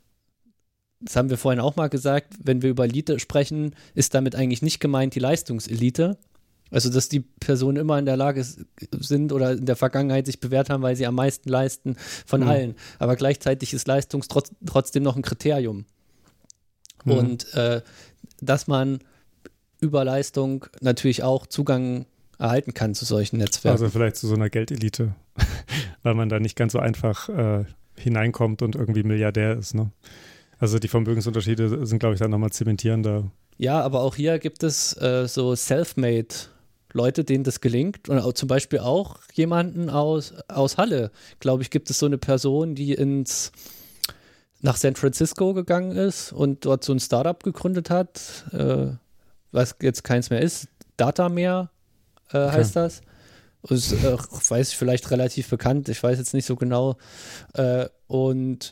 das haben wir vorhin auch mal gesagt, wenn wir über Elite sprechen, ist damit eigentlich nicht gemeint die Leistungselite. Also, dass die Personen immer in der Lage sind oder in der Vergangenheit sich bewährt haben, weil sie am meisten leisten von mhm. allen. Aber gleichzeitig ist Leistung trotz, trotzdem noch ein Kriterium. Mhm. Und äh, dass man über Leistung natürlich auch Zugang erhalten kann zu solchen Netzwerken. Also vielleicht zu so einer Geldelite, weil man da nicht ganz so einfach äh, hineinkommt und irgendwie Milliardär ist, ne? Also die Vermögensunterschiede sind, glaube ich, dann nochmal zementierender. Ja, aber auch hier gibt es äh, so self-made Leute, denen das gelingt. Und auch zum Beispiel auch jemanden aus, aus Halle, glaube ich, gibt es so eine Person, die ins nach San Francisco gegangen ist und dort so ein Startup gegründet hat, äh, was jetzt keins mehr ist. Datamare äh, okay. heißt das. Ist, äh, weiß ich, vielleicht relativ bekannt, ich weiß jetzt nicht so genau. Äh, und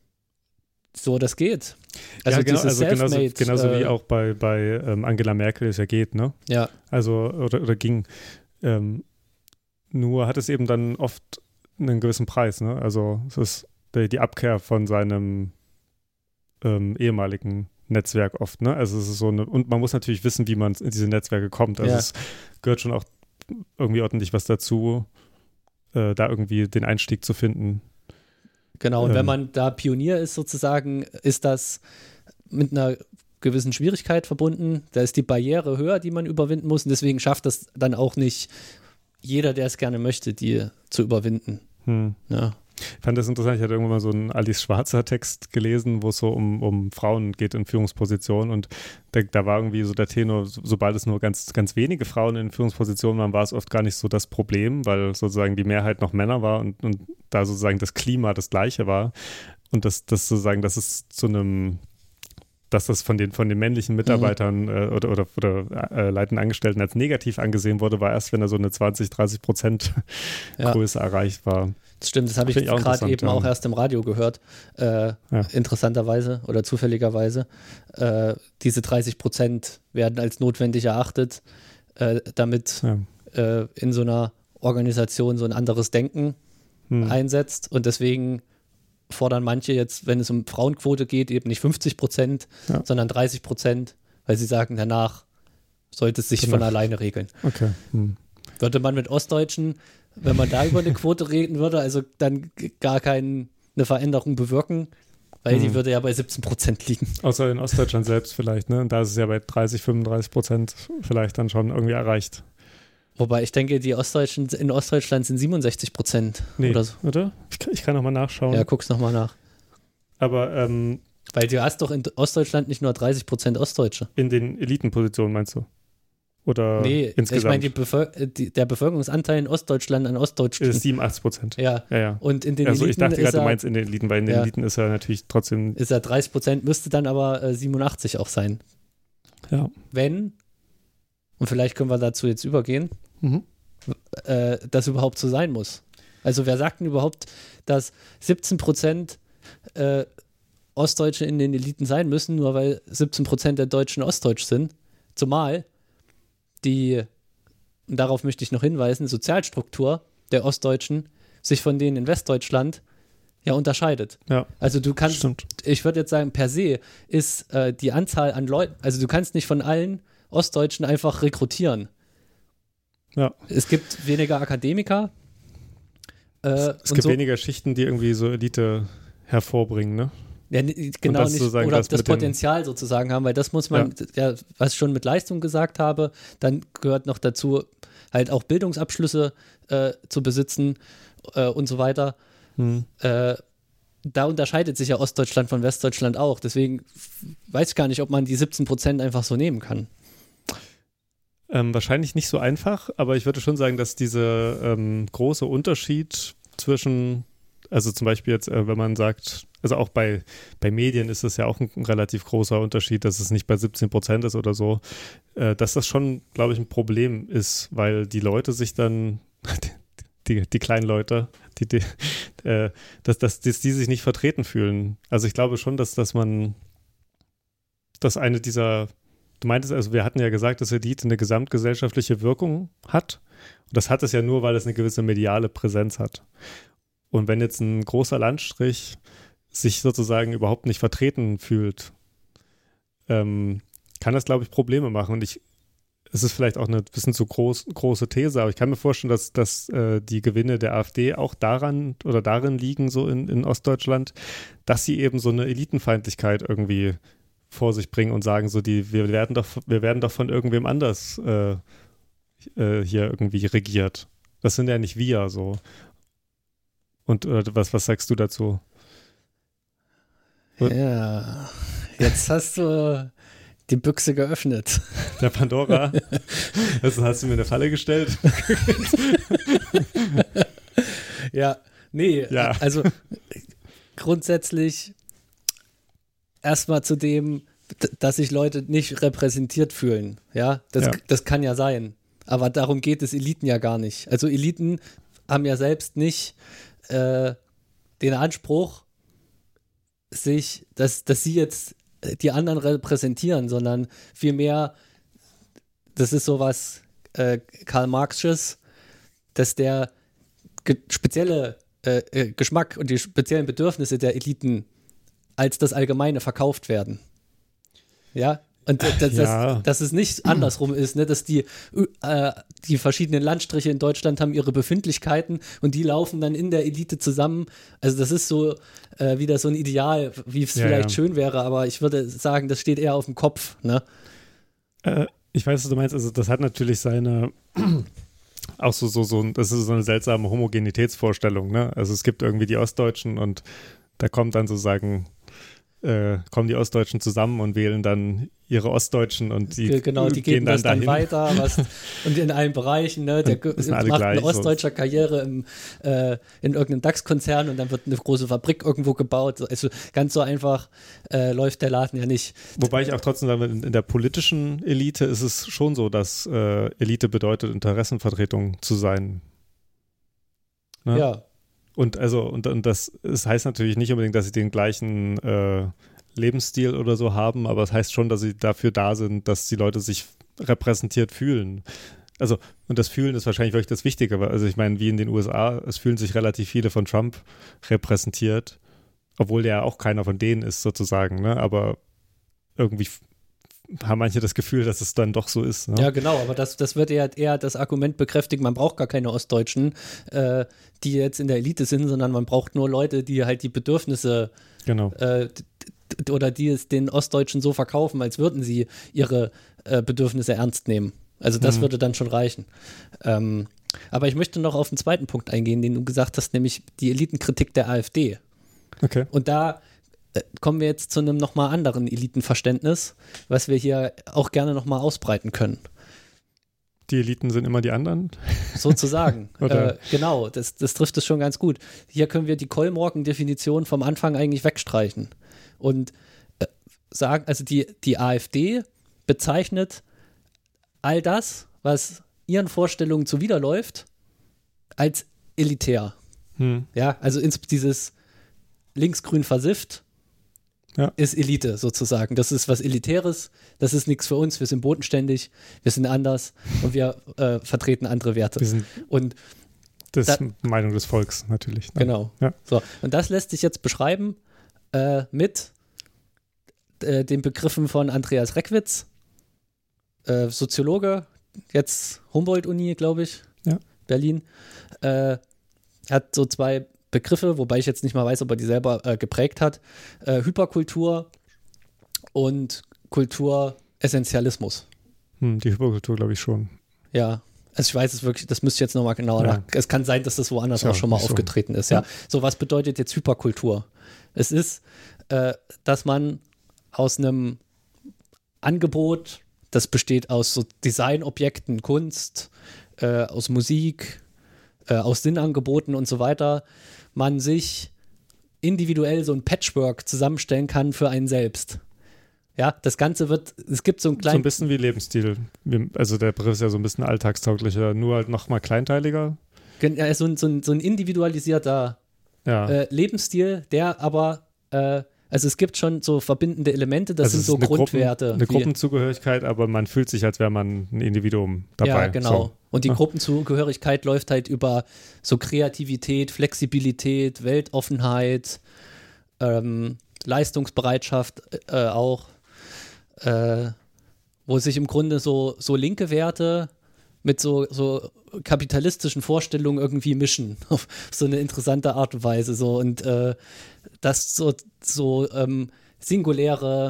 so, das geht. Also, ja, genau, diese also genauso, genauso äh, wie auch bei, bei ähm, Angela Merkel es ja geht, ne? Ja. Also, oder, oder ging. Ähm, nur hat es eben dann oft einen gewissen Preis, ne? Also, es ist die, die Abkehr von seinem ähm, ehemaligen Netzwerk oft, ne? Also es ist so eine, und man muss natürlich wissen, wie man in diese Netzwerke kommt. Also Ja. es gehört schon auch irgendwie ordentlich was dazu, äh, da irgendwie den Einstieg zu finden. Genau, und Ähm. wenn man da Pionier ist sozusagen, ist das mit einer gewissen Schwierigkeit verbunden. Da ist die Barriere höher, die man überwinden muss und deswegen schafft das dann auch nicht jeder, der es gerne möchte, die zu überwinden. Hm. Ja. Ich fand das interessant, ich hatte irgendwann mal so einen Alice Schwarzer Text gelesen, wo es so um, um Frauen geht in Führungspositionen und da, da war irgendwie so der Tenor, so, sobald es nur ganz, ganz wenige Frauen in Führungspositionen waren, war es oft gar nicht so das Problem, weil sozusagen die Mehrheit noch Männer war und, und da sozusagen das Klima das gleiche war und das, das sozusagen, dass es zu einem dass das von den, von den männlichen Mitarbeitern mhm. äh, oder, oder, oder äh, leitenden Angestellten als negativ angesehen wurde, war erst, wenn da so eine zwanzig, dreißig Prozent Ja. Größe erreicht war. Das stimmt, das habe ich Finde ich auch gerade eben interessant, auch ja. erst im Radio gehört, äh, Ja. interessanterweise oder zufälligerweise. Äh, diese dreißig Prozent werden als notwendig erachtet, äh, damit Ja. äh, in so einer Organisation so ein anderes Denken Hm. einsetzt und deswegen fordern manche jetzt, wenn es um Frauenquote geht, eben nicht fünfzig Prozent, Ja. sondern dreißig Prozent, weil sie sagen, danach sollte es sich Danach. von alleine regeln. Okay. Hm. Würde man mit Ostdeutschen, wenn man da über eine Quote reden würde, also dann g- gar keine Veränderung bewirken, weil die Mhm. würde ja bei siebzehn Prozent liegen. Außer in Ostdeutschland selbst vielleicht, ne? Und da ist es ja bei dreißig, fünfunddreißig Prozent vielleicht dann schon irgendwie erreicht. Wobei ich denke, die Ostdeutschen in Ostdeutschland sind siebenundsechzig Prozent Nee, oder so. oder? Ich kann, ich kann nochmal nachschauen. Ja, guck's nochmal nach. Aber ähm, Weil du hast doch in Ostdeutschland nicht nur dreißig Prozent Ostdeutsche. in den Elitenpositionen meinst du? Oder Nee, insgesamt? ich meine, die Bevölker- äh, die, der Bevölkerungsanteil in Ostdeutschland an Ostdeutschen. ist siebenundachtzig Prozent. Ja, Ja, ja. und in den Also ich Eliten dachte ist, gerade, du er, meinst in den Eliten, weil in den Ja. Eliten ist er natürlich trotzdem, ist er dreißig Prozent, müsste dann aber äh, siebenundachtzig auch sein. ja. Wenn, und vielleicht können wir dazu jetzt übergehen, Mhm. äh, das überhaupt so sein muss. Also wer sagt denn überhaupt, dass siebzehn Prozent äh, Ostdeutsche in den Eliten sein müssen, nur weil siebzehn Prozent der Deutschen ostdeutsch sind? Zumal die, und darauf möchte ich noch hinweisen, Sozialstruktur der Ostdeutschen sich von denen in Westdeutschland ja unterscheidet. Ja, Also du kannst, stimmt. ich würde jetzt sagen, per se ist äh, die Anzahl an Leuten, also du kannst nicht von allen Ostdeutschen einfach rekrutieren. Ja. Es gibt weniger Akademiker. Äh, Es und gibt so, weniger Schichten, die irgendwie so Elite hervorbringen, ne? ja, n- genau das nicht, sozusagen oder das das mit dem- Potenzial sozusagen haben, weil das muss man, ja. was ich schon mit Leistung gesagt habe, dann gehört noch dazu, halt auch Bildungsabschlüsse äh, zu besitzen äh, und so weiter. Hm. Äh, da unterscheidet sich ja Ostdeutschland von Westdeutschland auch. Deswegen f- weiß ich gar nicht, ob man die siebzehn Prozent einfach so nehmen kann. Ähm, wahrscheinlich nicht so einfach, aber ich würde schon sagen, dass dieser ähm, große Unterschied zwischen, also zum Beispiel jetzt, äh, wenn man sagt, also auch bei, bei Medien ist es ja auch ein, ein relativ großer Unterschied, dass es nicht bei siebzehn Prozent ist oder so, äh, dass das schon, glaube ich, ein Problem ist, weil die Leute sich dann, die, die kleinen Leute, die, die, äh, dass, dass, dass die sich nicht vertreten fühlen. Also ich glaube schon, dass, dass man, dass eine dieser Du meintest, also wir hatten ja gesagt, dass Elite eine gesamtgesellschaftliche Wirkung hat. Und das hat es ja nur, weil es eine gewisse mediale Präsenz hat. Und wenn jetzt ein großer Landstrich sich sozusagen überhaupt nicht vertreten fühlt, ähm, kann das, glaube ich, Probleme machen. Und ich, es ist vielleicht auch eine bisschen zu groß, große These, aber ich kann mir vorstellen, dass, dass äh, die Gewinne der AfD auch daran oder darin liegen, so in, in Ostdeutschland, dass sie eben so eine Elitenfeindlichkeit irgendwie vor sich bringen und sagen so, die, wir werden doch, wir werden doch von irgendwem anders äh, äh, hier irgendwie regiert. Das sind ja nicht wir so. Und äh, was, was sagst du dazu? Ja, jetzt hast du die Büchse geöffnet. Der Pandora? Also hast du mir eine Falle gestellt? Ja, nee, Ja. also grundsätzlich erstmal zu dem, d- dass sich Leute nicht repräsentiert fühlen. Ja, das, Ja. das kann ja sein. Aber darum geht es Eliten ja gar nicht. Also Eliten haben ja selbst nicht äh, den Anspruch, sich, dass, dass sie jetzt die anderen repräsentieren, sondern vielmehr, das ist sowas äh, Karl Marxisches, dass der ge- spezielle äh, äh, Geschmack und die speziellen Bedürfnisse der Eliten als das Allgemeine verkauft werden. Ja, und das, das, Ja. dass, dass es nicht andersrum ist, ne? Dass die, äh, die verschiedenen Landstriche in Deutschland haben ihre Befindlichkeiten und die laufen dann in der Elite zusammen. Also das ist so äh, wieder so ein Ideal, wie es Ja, vielleicht ja. schön wäre, aber ich würde sagen, das steht eher auf dem Kopf. Ne? Äh, ich weiß, was du meinst. Also das hat natürlich seine auch so, so, so, das ist so eine seltsame Homogenitätsvorstellung, ne? Also es gibt irgendwie die Ostdeutschen und da kommt dann sozusagen, äh, kommen die Ostdeutschen zusammen und wählen dann ihre Ostdeutschen und die, Genau, die gehen geben dann das dann dahin. weiter was, und in allen Bereichen, ne, der Und sind alle macht gleich, eine ostdeutscher Karriere im, äh, in irgendeinem DAX-Konzern und dann wird eine große Fabrik irgendwo gebaut. Also ganz so einfach äh, läuft der Laden ja nicht. Wobei ich auch trotzdem sage, in, in der politischen Elite ist es schon so, dass äh, Elite bedeutet, Interessenvertretung zu sein. Ne? Ja, Und also, und, und das, das heißt natürlich nicht unbedingt, dass sie den gleichen äh, Lebensstil oder so haben, aber es heißt schon, dass sie dafür da sind, dass die Leute sich repräsentiert fühlen. Also, und das Fühlen ist wahrscheinlich wirklich das Wichtige, weil, also ich meine, wie in den U S A, es fühlen sich relativ viele von Trump repräsentiert, obwohl der ja auch keiner von denen ist sozusagen, ne? Aber irgendwie f- haben manche das Gefühl, dass es dann doch so ist. Ne? ja, genau, aber das, das wird eher, eher das Argument bekräftigen, man braucht gar keine Ostdeutschen, äh, die jetzt in der Elite sind, sondern man braucht nur Leute, die halt die Bedürfnisse Genau. äh, d- d- oder die es den Ostdeutschen so verkaufen, als würden sie ihre äh, Bedürfnisse ernst nehmen. Also das Mhm. würde dann schon reichen. Ähm, aber ich möchte noch auf den zweiten Punkt eingehen, den du gesagt hast, nämlich die Elitenkritik der AfD. Okay. Und da äh, kommen wir jetzt zu einem nochmal anderen Elitenverständnis, was wir hier auch gerne nochmal ausbreiten können. Die Eliten sind immer die anderen. Sozusagen. Oder- äh, genau, das, das trifft es schon ganz gut. Hier können wir die Kolmorgen-Definition vom Anfang eigentlich wegstreichen und äh, sagen, also die, die AfD bezeichnet all das, was ihren Vorstellungen zuwiderläuft, als elitär. Hm. Ja, also ins, dieses linksgrün versifft Ja. ist Elite sozusagen. Das ist was Elitäres, das ist nichts für uns, wir sind bodenständig, wir sind anders und wir äh, vertreten andere Werte. Wir sind Und das Da- Meinung des Volks natürlich. Ne? genau. Ja. So, und das lässt sich jetzt beschreiben äh, mit äh, den Begriffen von Andreas Reckwitz, äh, Soziologe, jetzt Humboldt-Uni, glaube ich, Ja. Berlin, äh, hat so zwei Begriffe, wobei ich jetzt nicht mal weiß, ob er die selber äh, geprägt hat, äh, Hyperkultur und Kulturessentialismus. Hm, die Hyperkultur glaube ich schon. Ja, also ich weiß es wirklich, das müsste ich jetzt nochmal genauer Ja. nach. Es kann sein, dass das woanders Ja, auch schon mal nicht so. aufgetreten ist. Ja. So, was bedeutet jetzt Hyperkultur? Es ist, äh, dass man aus einem Angebot, das besteht aus so Designobjekten, Kunst, äh, aus Musik, äh, aus Sinnangeboten und so weiter, man sich individuell so ein Patchwork zusammenstellen kann für einen selbst. Ja, das Ganze wird, es gibt so einen So kleinen ein bisschen wie Lebensstil. Wir- Also der Begriff ist ja so ein bisschen alltagstauglicher, nur halt noch mal kleinteiliger. Gen- ja, so, ein, so, ein, so ein individualisierter Ja. äh, Lebensstil, der aber, äh, also es gibt schon so verbindende Elemente, das Also sind es so ist eine Grundwerte. Gruppen, eine wie- Gruppenzugehörigkeit, aber man fühlt sich, als wäre man ein Individuum dabei. Ja, genau. So. Und die Ja. Gruppenzugehörigkeit läuft halt über so Kreativität, Flexibilität, Weltoffenheit, ähm, Leistungsbereitschaft äh, auch, äh, wo sich im Grunde so, so linke Werte mit so, so kapitalistischen Vorstellungen irgendwie mischen, auf so eine interessante Art und Weise. So. Und äh, das so, so ähm, singuläre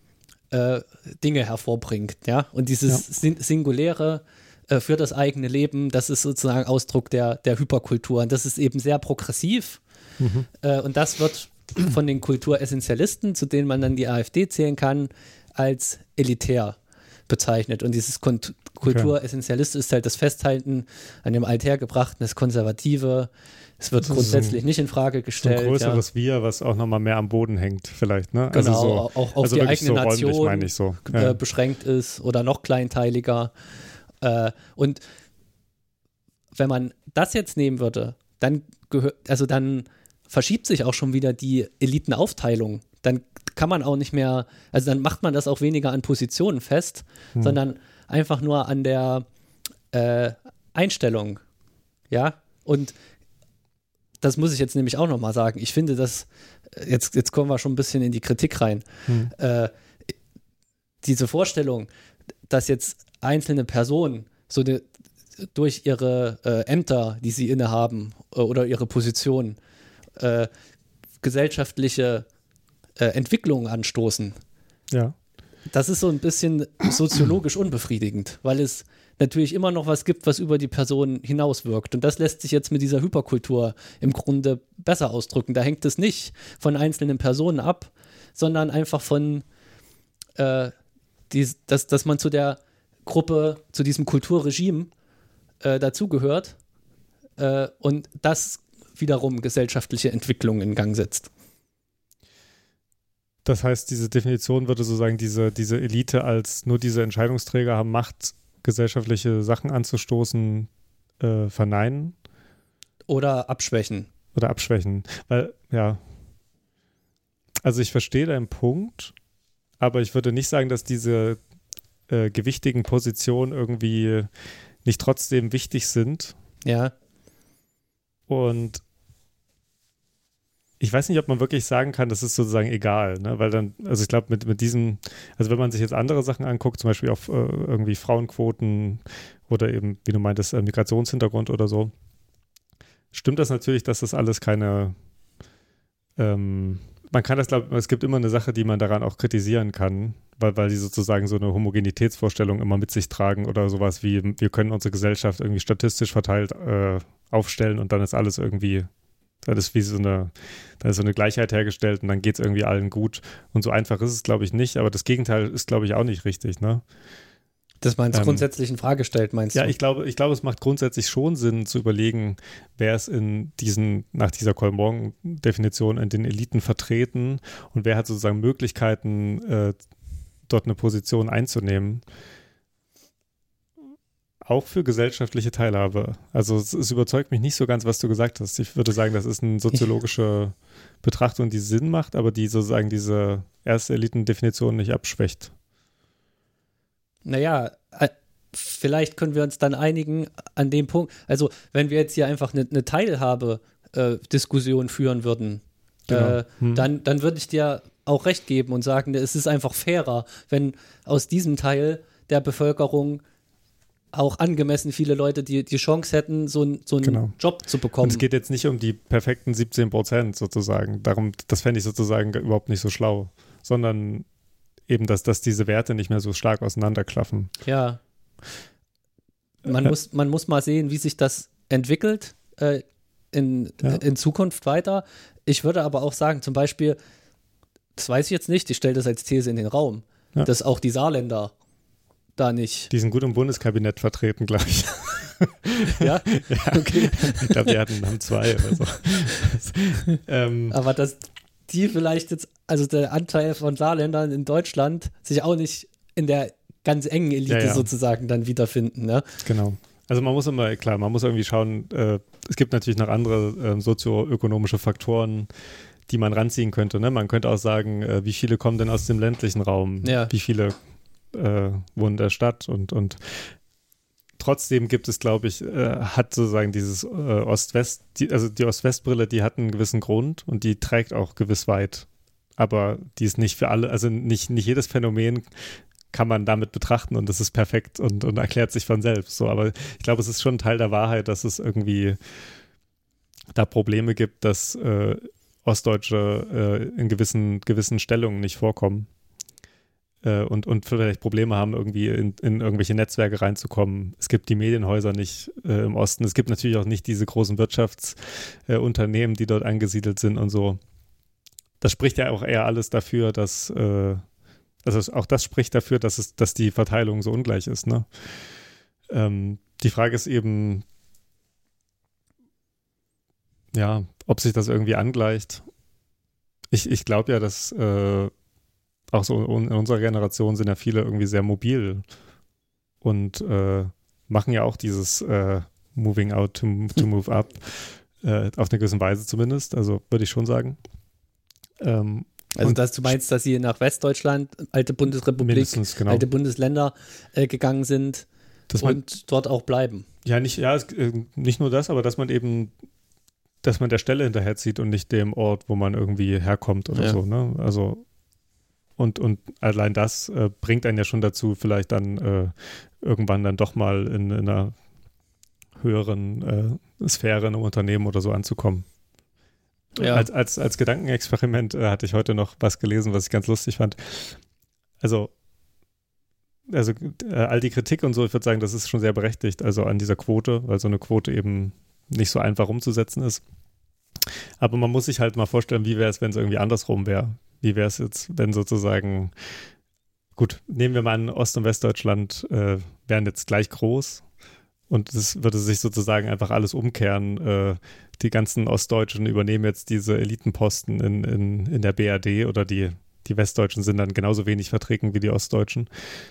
äh, Dinge hervorbringt. Ja? Und dieses Sin Singuläre äh, für das eigene Leben, das ist sozusagen Ausdruck der, der Hyperkultur. Und das ist eben sehr progressiv. Mhm. Äh, und das wird von den Kulturessentialisten, zu denen man dann die AfD zählen kann, als elitär bezeichnet. Und dieses Kult Kulturessentialist ist halt das Festhalten an dem Althergebrachten, das Konservative. Es wird Das ist grundsätzlich so- nicht in Frage So ein gestellt. ja. größeres Wir, was auch noch mal mehr am Boden hängt, vielleicht. Ne? Genau, also so, auch auf also die wirklich eigene so räumlich, Nation meine ich so. äh, Ja. beschränkt ist oder noch kleinteiliger. Äh, und wenn man das jetzt nehmen würde, dann gehört, also dann verschiebt sich auch schon wieder die Elitenaufteilung. Dann kann man auch nicht mehr, also dann macht man das auch weniger an Positionen fest, Hm. sondern einfach nur an der äh, Einstellung. Ja, und das muss ich jetzt nämlich auch nochmal sagen. Ich finde, dass, jetzt, jetzt kommen wir schon ein bisschen in die Kritik rein. Hm. Äh, diese Vorstellung, dass jetzt einzelne Personen so eine, durch ihre äh, Ämter, die sie innehaben äh, oder ihre Position, äh, gesellschaftliche äh, Entwicklungen anstoßen. Ja. Das ist so ein bisschen soziologisch unbefriedigend, weil es natürlich immer noch was gibt, was über die Person hinauswirkt. Und das lässt sich jetzt mit dieser Hyperkultur im Grunde besser ausdrücken. Da hängt es nicht von einzelnen Personen ab, sondern einfach von, äh, die, dass, dass man zu der Gruppe, zu diesem Kulturregime äh, dazugehört äh, und das wiederum gesellschaftliche Entwicklungen in Gang setzt. Das heißt, diese Definition würde so sagen, diese, diese Elite als nur diese Entscheidungsträger haben Macht, gesellschaftliche Sachen anzustoßen, äh, verneinen. Oder abschwächen. Oder abschwächen. Weil, ja, also ich verstehe deinen Punkt, aber ich würde nicht sagen, dass diese äh, gewichtigen Positionen irgendwie nicht trotzdem wichtig sind. Ja. Und ich weiß nicht, ob man wirklich sagen kann, das ist sozusagen egal, ne? Weil dann, also ich glaube, mit, mit diesem, also wenn man sich jetzt andere Sachen anguckt, zum Beispiel auf äh, irgendwie Frauenquoten oder eben, wie du meintest, äh, Migrationshintergrund oder so, stimmt das natürlich, dass das alles keine, ähm, man kann das, glaube ich, es gibt immer eine Sache, die man daran auch kritisieren kann, weil, weil die sozusagen so eine Homogenitätsvorstellung immer mit sich tragen oder sowas wie, wir können unsere Gesellschaft irgendwie statistisch verteilt äh, aufstellen und dann ist alles irgendwie dann ist wie so eine, da ist so eine Gleichheit hergestellt und dann geht es irgendwie allen gut. Und so einfach ist es, glaube ich, nicht, aber das Gegenteil ist, glaube ich, auch nicht richtig, ne? Dass man es ähm, grundsätzlich in Frage stellt, meinst ja, du? Ja, ich glaube, ich glaube, es macht grundsätzlich schon Sinn zu überlegen, wer ist in diesen, nach dieser Kolmorgen-Definition in den Eliten vertreten und wer hat sozusagen Möglichkeiten, äh, dort eine Position einzunehmen. Auch für gesellschaftliche Teilhabe. Also es, es überzeugt mich nicht so ganz, was du gesagt hast. Ich würde sagen, das ist eine soziologische Betrachtung, die Sinn macht, aber die sozusagen diese erste Elitendefinition nicht abschwächt. Naja, äh, vielleicht können wir uns dann einigen an dem Punkt. Also wenn wir jetzt hier einfach eine, eine Teilhabe-Diskussion äh, führen würden, genau. äh, hm. dann, dann würde ich dir auch recht geben und sagen, es ist einfach fairer, wenn aus diesem Teil der Bevölkerung auch angemessen viele Leute die, die Chance hätten, so, ein, so einen genau. Job zu bekommen. Und es geht jetzt nicht um die perfekten siebzehn Prozent sozusagen. Darum, das fände ich sozusagen überhaupt nicht so schlau, sondern eben, dass, dass diese Werte nicht mehr so stark auseinanderklaffen. Ja. Man, äh, muss, man muss mal sehen, wie sich das entwickelt äh, in, ja. in Zukunft weiter. Ich würde aber auch sagen, zum Beispiel, das weiß ich jetzt nicht, ich stelle das als These in den Raum, ja. dass auch die Saarländer da nicht. Die sind gut im Bundeskabinett vertreten, glaube ich. Ja? Ja, okay. Ich glaube, wir hatten, haben zwei oder so. ähm, Aber dass die vielleicht jetzt, also der Anteil von Saarländern in Deutschland, sich auch nicht in der ganz engen Elite ja, ja. sozusagen dann wiederfinden. Ne? Genau. Also man muss immer, klar, man muss irgendwie schauen, äh, es gibt natürlich noch andere äh, sozioökonomische Faktoren, die man ranziehen könnte. Ne? Man könnte auch sagen, äh, wie viele kommen denn aus dem ländlichen Raum? Ja. Wie viele äh, wohnen in der Stadt? Und, und trotzdem gibt es, glaube ich, äh, hat sozusagen dieses äh, Ost-West, die, also die Ost-West-Brille, die hat einen gewissen Grund und die trägt auch gewiss weit. Aber die ist nicht für alle, also nicht, nicht jedes Phänomen kann man damit betrachten und das ist perfekt und, und erklärt sich von selbst. So, aber ich glaube, es ist schon ein Teil der Wahrheit, dass es irgendwie da Probleme gibt, dass äh, Ostdeutsche äh, in gewissen, gewissen Stellungen nicht vorkommen äh, und, und vielleicht Probleme haben, irgendwie in, in irgendwelche Netzwerke reinzukommen. Es gibt die Medienhäuser nicht äh, im Osten. Es gibt natürlich auch nicht diese großen Wirtschaftsunternehmen, äh, die dort angesiedelt sind und so. Das spricht ja auch eher alles dafür, dass äh, also auch das spricht dafür, dass es, dass die Verteilung so ungleich ist, ne? Ähm, die Frage ist eben, ja, ob sich das irgendwie angleicht. Ich, ich glaube ja, dass äh, auch so in unserer Generation sind ja viele irgendwie sehr mobil und äh, machen ja auch dieses äh, Moving out to, to move up, äh, auf eine gewisse Weise zumindest, also würde ich schon sagen. Ähm, Also, und dass du meinst, dass sie nach Westdeutschland, alte Bundesrepublik, genau. alte Bundesländer äh, gegangen sind dass und man, dort auch bleiben. Ja, nicht, ja, es, äh, nicht nur das, aber dass man eben dass man der Stelle hinterherzieht und nicht dem Ort, wo man irgendwie herkommt oder Ja. so, ne? Also und, und allein das äh, bringt einen ja schon dazu, vielleicht dann äh, irgendwann dann doch mal in, in einer höheren äh, Sphäre in einem Unternehmen oder so anzukommen. Ja. Als, als, als Gedankenexperiment äh, hatte ich heute noch was gelesen, was ich ganz lustig fand. Also, also äh, all die Kritik und so, ich würde sagen, das ist schon sehr berechtigt, also an dieser Quote, weil so eine Quote eben nicht so einfach umzusetzen ist. Aber man muss sich halt mal vorstellen, wie wäre es, wenn es irgendwie andersrum wäre. Wie wäre es jetzt, wenn sozusagen, gut, nehmen wir mal an, Ost- und Westdeutschland äh, wären jetzt gleich groß und es würde sich sozusagen einfach alles umkehren. Äh, die ganzen Ostdeutschen übernehmen jetzt diese Elitenposten in, in, in der B R D oder die, die Westdeutschen sind dann genauso wenig vertreten wie die Ostdeutschen.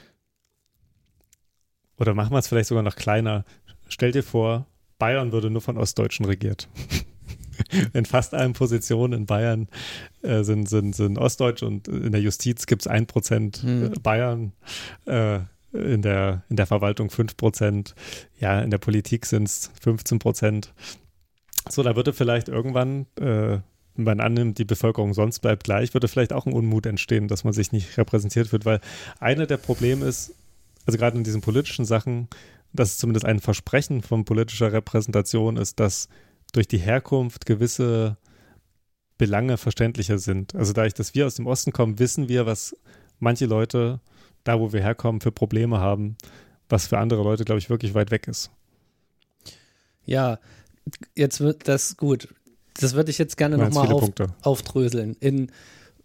Oder machen wir es vielleicht sogar noch kleiner. Stell dir vor, Bayern würde nur von Ostdeutschen regiert. In fast allen Positionen in Bayern äh, sind, sind, sind Ostdeutsche und in der Justiz gibt es ein Prozent Hm. Bayern, äh, in, der, in der Verwaltung fünf Prozent, ja, in der Politik sind es fünfzehn Prozent. So, da würde vielleicht irgendwann, äh, wenn man annimmt, die Bevölkerung sonst bleibt gleich, würde vielleicht auch ein Unmut entstehen, dass man sich nicht repräsentiert wird, weil eine der Probleme ist, also gerade in diesen politischen Sachen, dass zumindest ein Versprechen von politischer Repräsentation ist, dass durch die Herkunft gewisse Belange verständlicher sind. Also dadurch, dass wir aus dem Osten kommen, wissen wir, was manche Leute, da wo wir herkommen, für Probleme haben, was für andere Leute, glaube ich, wirklich weit weg ist. Ja, jetzt wird das gut. Das würde ich jetzt gerne Du meinst nochmal viele auf, Punkte. aufdröseln. In,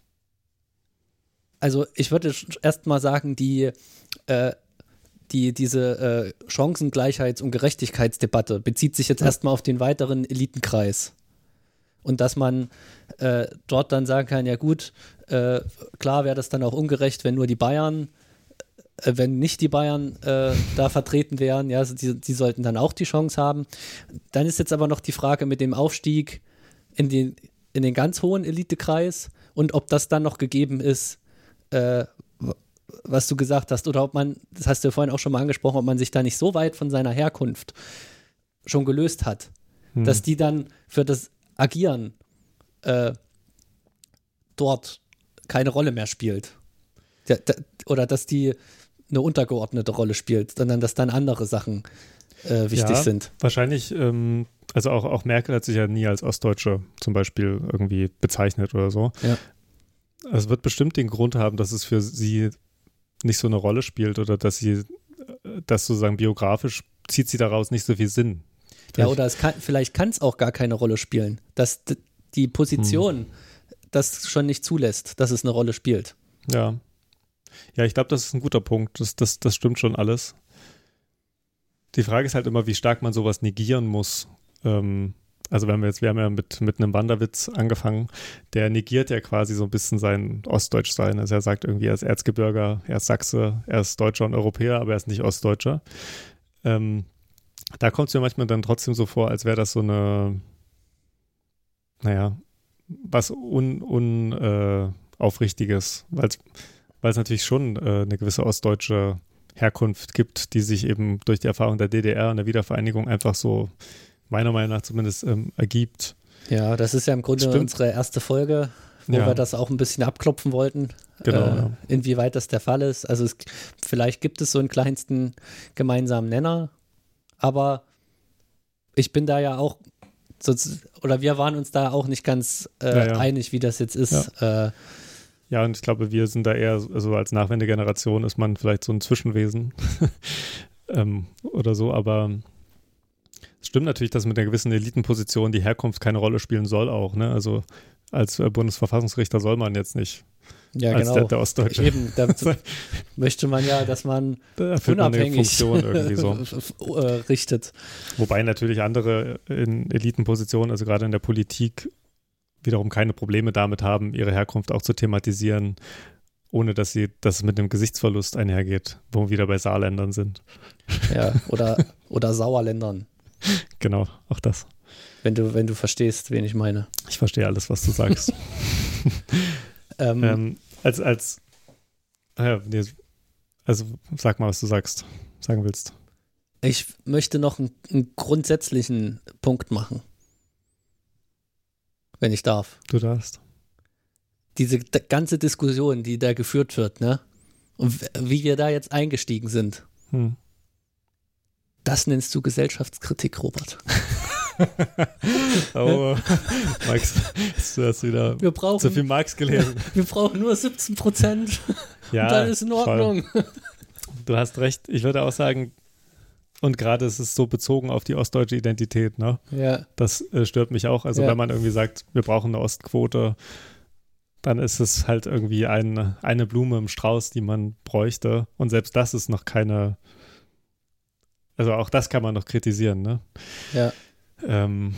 also ich würde erstmal sagen, die, äh, die, diese äh, Chancengleichheits- und Gerechtigkeitsdebatte bezieht sich jetzt Ja. erstmal auf den weiteren Elitenkreis. Und dass man äh, dort dann sagen kann, ja gut, äh, klar wäre das dann auch ungerecht, wenn nur die Bayern, äh, wenn nicht die Bayern äh, da vertreten wären, ja, also die, die sollten dann auch die Chance haben. Dann ist jetzt aber noch die Frage mit dem Aufstieg in den, in den ganz hohen Elitekreis und ob das dann noch gegeben ist, äh, was du gesagt hast, oder ob man, das hast du ja vorhin auch schon mal angesprochen, ob man sich da nicht so weit von seiner Herkunft schon gelöst hat, Hm. dass die dann für das Agieren äh, dort keine Rolle mehr spielt. Der, der, oder dass die eine untergeordnete Rolle spielt, sondern dass dann andere Sachen äh, wichtig ja, sind. Wahrscheinlich, ähm, also auch, auch Merkel hat sich ja nie als Ostdeutsche zum Beispiel irgendwie bezeichnet oder so. Ja. Also es wird bestimmt den Grund haben, dass es für sie nicht so eine Rolle spielt oder dass sie, dass sozusagen biografisch zieht sie daraus nicht so viel Sinn. Ja, Vielleicht- oder es kann, vielleicht kann es auch gar keine Rolle spielen, dass d- die Position das schon nicht zulässt, dass es eine Rolle spielt. Ja. Ja, ich glaube, das ist ein guter Punkt. Das, das, das stimmt schon alles. Die Frage ist halt immer, wie stark man sowas negieren muss. Ähm, also wenn wir jetzt, wir haben ja mit, mit einem Wanderwitz angefangen, der negiert ja quasi so ein bisschen sein Ostdeutschsein. Also er sagt irgendwie, er ist Erzgebirger, er ist Sachse, er ist Deutscher und Europäer, aber er ist nicht Ostdeutscher. Ähm, da kommt es mir manchmal dann trotzdem so vor, als wäre das so eine, naja, was un, un äh, Aufrichtiges, weil es natürlich schon äh, eine gewisse ostdeutsche Herkunft gibt, die sich eben durch die Erfahrung der D D R und der Wiedervereinigung einfach so, meiner Meinung nach zumindest, ähm, ergibt. Ja, das ist ja im Grunde Stimmt. unsere erste Folge, wo Ja. wir das auch ein bisschen abklopfen wollten, Genau, äh, ja. inwieweit das der Fall ist. Also es, vielleicht gibt es so einen kleinsten gemeinsamen Nenner, aber ich bin da ja auch, so, oder wir waren uns da auch nicht ganz äh, Ja, ja. einig, wie das jetzt ist. Äh, Ja, und ich glaube, wir sind da eher, also als Nachwendegeneration ist man vielleicht so ein Zwischenwesen ähm, oder so, aber es stimmt natürlich, dass mit einer gewissen Elitenposition die Herkunft keine Rolle spielen soll auch, ne? Also als äh, Bundesverfassungsrichter soll man jetzt nicht ja, als genau. der, der Ostdeutsche. Eben, da möchte man ja, dass man Da erfüllt man eine unabhängig Funktion irgendwie so. äh, richtet. Wobei natürlich andere in Elitenpositionen, also gerade in der Politik, wiederum keine Probleme damit haben, ihre Herkunft auch zu thematisieren, ohne dass sie, dass es mit einem Gesichtsverlust einhergeht, wo wir wieder bei Saarländern sind. Ja, oder, oder Sauerländern, Genau, auch das. wenn du, wenn du verstehst, wen ich meine. Ich verstehe alles, was du sagst. Ähm, ähm, als, als, ja, nee, also sag mal, was du sagst, sagen willst. Ich möchte noch einen, einen grundsätzlichen Punkt machen. wenn ich darf. Du darfst. Diese d- ganze Diskussion, die da geführt wird, ne? Und w- wie wir da jetzt eingestiegen sind, Hm. das nennst du Gesellschaftskritik, Robert. Oh, Max, du hast wieder Wir brauchen, zu viel Marx gelesen. wir brauchen nur siebzehn Prozent Ja, und dann ist in Ordnung. Voll. Du hast recht. Ich würde auch sagen, und gerade ist es so bezogen auf die ostdeutsche Identität, ne? Ja, Das äh, stört mich auch. Also Ja. wenn man irgendwie sagt, wir brauchen eine Ostquote, dann ist es halt irgendwie eine, eine Blume im Strauß, die man bräuchte. Und selbst das ist noch keine, also auch das kann man noch kritisieren, ne? ja, Ähm,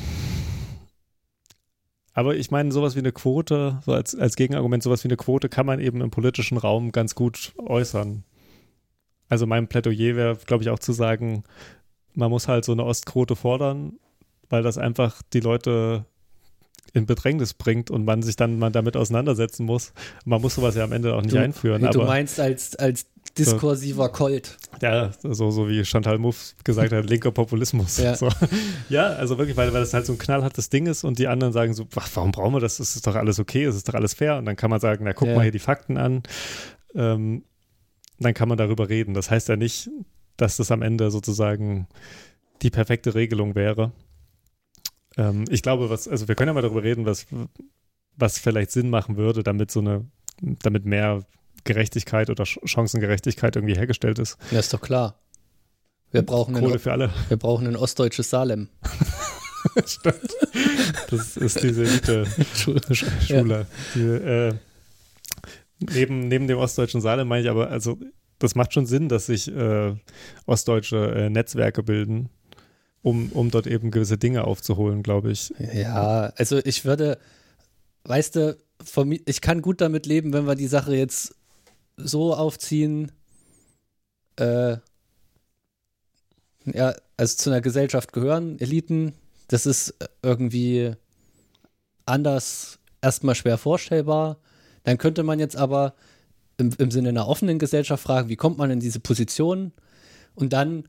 aber ich meine, sowas wie eine Quote, so als, als Gegenargument, sowas wie eine Quote kann man eben im politischen Raum ganz gut äußern. Also mein Plädoyer wäre, glaube ich, auch zu sagen, man muss halt so eine Ostquote fordern, weil das einfach die Leute in Bedrängnis bringt und man sich dann mal damit auseinandersetzen muss. Man muss sowas ja am Ende auch nicht du, einführen. Du aber meinst als, als diskursiver Colt. ja, so, so wie Chantal Mouffe gesagt hat, linker Populismus. Ja. So. Ja, also wirklich, weil, weil das halt so ein knallhartes Ding ist und die anderen sagen so, ach, warum brauchen wir das? Es ist doch alles okay, es ist doch alles fair. Und dann kann man sagen, na, guck Ja. mal hier die Fakten an. Ähm, dann kann man darüber reden. Das heißt ja nicht, dass das am Ende sozusagen die perfekte Regelung wäre. Ähm, ich glaube, was, also wir können ja mal darüber reden, was, was vielleicht Sinn machen würde, damit so eine, damit mehr Gerechtigkeit oder Ch- Chancengerechtigkeit irgendwie hergestellt ist. Ja, ist doch klar. Wir brauchen, Kohle ein, für alle. wir brauchen ein ostdeutsches Salem. Stimmt. Das ist diese Elite-Schule. Die, äh, neben, neben dem ostdeutschen Salem meine ich aber, also das macht schon Sinn, dass sich äh, ostdeutsche äh, Netzwerke bilden, um, um dort eben gewisse Dinge aufzuholen, glaube ich. Ja, also ich würde, weißt du, von mir, ich kann gut damit leben, wenn wir die Sache jetzt so aufziehen, äh, ja, also zu einer Gesellschaft gehören Eliten, das ist irgendwie anders erstmal schwer vorstellbar. Dann könnte man jetzt aber im, im Sinne einer offenen Gesellschaft fragen, wie kommt man in diese Position? Und dann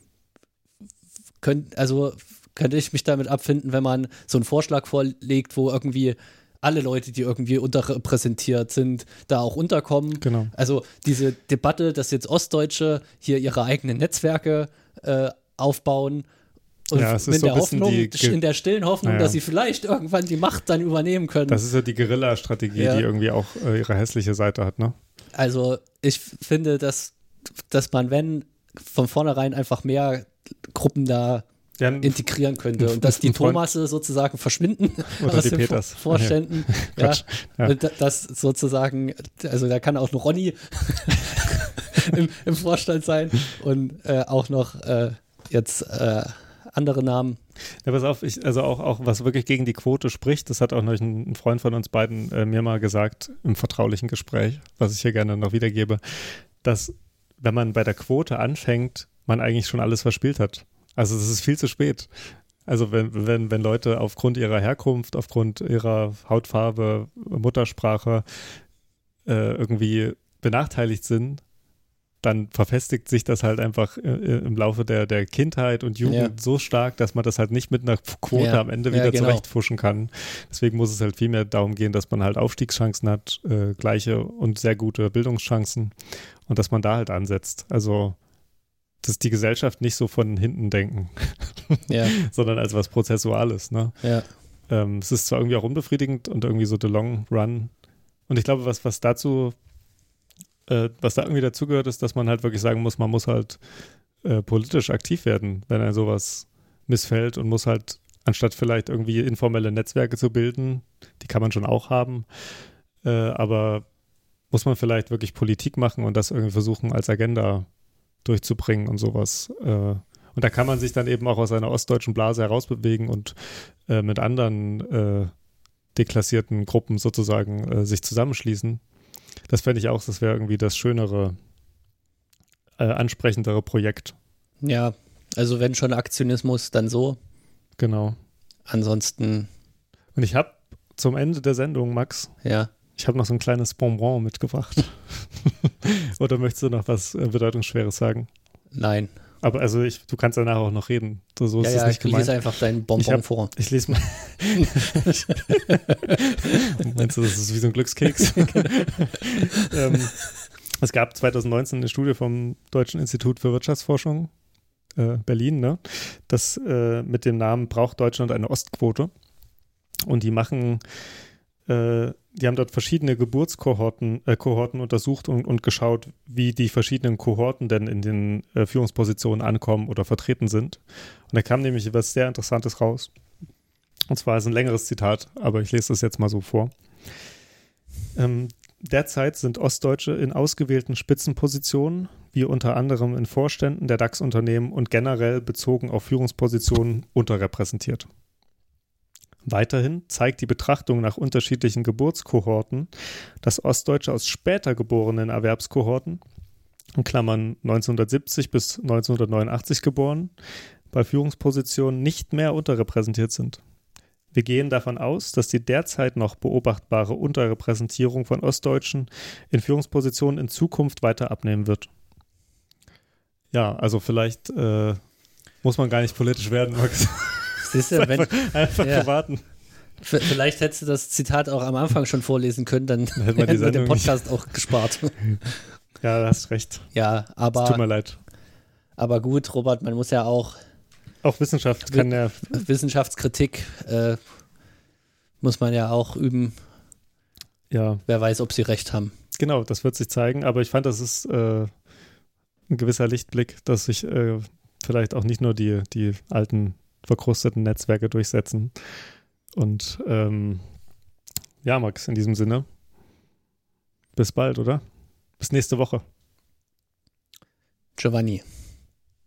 könnt, also könnte ich mich damit abfinden, wenn man so einen Vorschlag vorlegt, wo irgendwie alle Leute, die irgendwie unterrepräsentiert sind, da auch unterkommen. Genau. Also diese Debatte, dass jetzt Ostdeutsche hier ihre eigenen Netzwerke äh, aufbauen und Ja, es ist mit so der ein bisschen Hoffnung, die Ge- in der stillen Hoffnung, Ja, ja. dass sie vielleicht irgendwann die Macht dann übernehmen können. Das ist ja die Guerilla-Strategie, Ja. die irgendwie auch äh, ihre hässliche Seite hat, ne? Also ich finde, dass, dass man, wenn von vornherein einfach mehr Gruppen da Ja, integrieren könnte und dass die ein Freund- Thomasse sozusagen verschwinden Oder aus die den Peters. Vor- Vorständen. Ja, Quatsch. Ja. Und da- das sozusagen, also da kann auch noch Ronny im, im Vorstand sein und äh, auch noch äh, jetzt äh, andere Namen. Ja, pass auf, ich, also auch, auch was wirklich gegen die Quote spricht, das hat auch noch ein, ein Freund von uns beiden äh, mir mal gesagt im vertraulichen Gespräch, was ich hier gerne noch wiedergebe, dass wenn man bei der Quote anfängt, man eigentlich schon alles verspielt hat. Also es ist viel zu spät. Also wenn, wenn, wenn Leute aufgrund ihrer Herkunft, aufgrund ihrer Hautfarbe, Muttersprache äh, irgendwie benachteiligt sind, dann verfestigt sich das halt einfach äh, im Laufe der, der Kindheit und Jugend Ja. so stark, dass man das halt nicht mit einer Quote Ja. am Ende Ja, wieder genau. zurechtfuschen kann. Deswegen muss es halt viel mehr darum gehen, dass man halt Aufstiegschancen hat, äh, gleiche und sehr gute Bildungschancen und dass man da halt ansetzt. Also dass die Gesellschaft nicht so von hinten denken, Ja, sondern als was Prozessuales. Ne? ja, Ähm, es ist zwar irgendwie auch unbefriedigend und irgendwie so the long run. Und ich glaube, was, was dazu, äh, was da irgendwie dazugehört, ist, dass man halt wirklich sagen muss, man muss halt äh, politisch aktiv werden, wenn einem sowas missfällt und muss halt, anstatt vielleicht irgendwie informelle Netzwerke zu bilden, die kann man schon auch haben, äh, aber muss man vielleicht wirklich Politik machen und das irgendwie versuchen als Agenda durchzubringen und sowas. Äh, und da kann man sich dann eben auch aus einer ostdeutschen Blase herausbewegen und äh, mit anderen äh, deklassierten Gruppen sozusagen äh, sich zusammenschließen. Das fände ich auch, das wäre irgendwie das schönere, äh, ansprechendere Projekt. ja. Also wenn schon Aktionismus, dann so. Genau. Ansonsten, Und ich habe zum Ende der Sendung, Max, ja. ich habe noch so ein kleines Bonbon mitgebracht. Oder möchtest du noch was äh, Bedeutungsschweres sagen? Nein. Aber also ich, du kannst danach auch noch reden. So, so ist ja, das ja, nicht ich gemeint. lese einfach deinen Bonbon ich hab, vor. Ich lese mal. Meinst du, das ist wie so ein Glückskeks? ähm, es gab zwanzig neunzehn eine Studie vom Deutschen Institut für Wirtschaftsforschung, äh, Berlin, ne? Das äh, mit dem Namen Braucht Deutschland eine Ostquote? Und die machen, äh, die haben dort verschiedene Geburtskohorten äh, Kohorten untersucht und, und geschaut, wie die verschiedenen Kohorten denn in den äh, Führungspositionen ankommen oder vertreten sind. Und da kam nämlich was sehr Interessantes raus. Und zwar ist ein längeres Zitat, aber ich lese das jetzt mal so vor. Ähm, derzeit sind Ostdeutsche in ausgewählten Spitzenpositionen, wie unter anderem in Vorständen der DAX-Unternehmen und generell bezogen auf Führungspositionen, unterrepräsentiert. Weiterhin zeigt die Betrachtung nach unterschiedlichen Geburtskohorten, dass Ostdeutsche aus später geborenen Erwerbskohorten, in Klammern neunzehnhundertsiebzig bis neunzehnhundertneunundachtzig geboren, bei Führungspositionen nicht mehr unterrepräsentiert sind. Wir gehen davon aus, dass die derzeit noch beobachtbare Unterrepräsentierung von Ostdeutschen in Führungspositionen in Zukunft weiter abnehmen wird. Ja, also vielleicht äh, muss man gar nicht politisch werden, Max. Siehst du, wenn, einfach einfach ja. warten. Vielleicht hättest du das Zitat auch am Anfang schon vorlesen können, dann Dann hätten wir die hätten wir den Sendung Podcast auch gespart. Ja, du hast recht. Ja, Es tut aber, mir leid. aber gut, Robert, man muss ja auch Auch Wissenschaft kann ja, Wissenschaftskritik äh, muss man ja auch üben. ja, Wer weiß, ob sie recht haben. genau, das wird sich zeigen. Aber ich fand, das ist äh, ein gewisser Lichtblick, dass sich äh, vielleicht auch nicht nur die, die alten verkrusteten Netzwerke durchsetzen. Und ähm, ja, Max, in diesem Sinne, bis bald, oder? Bis nächste Woche. Giovanni.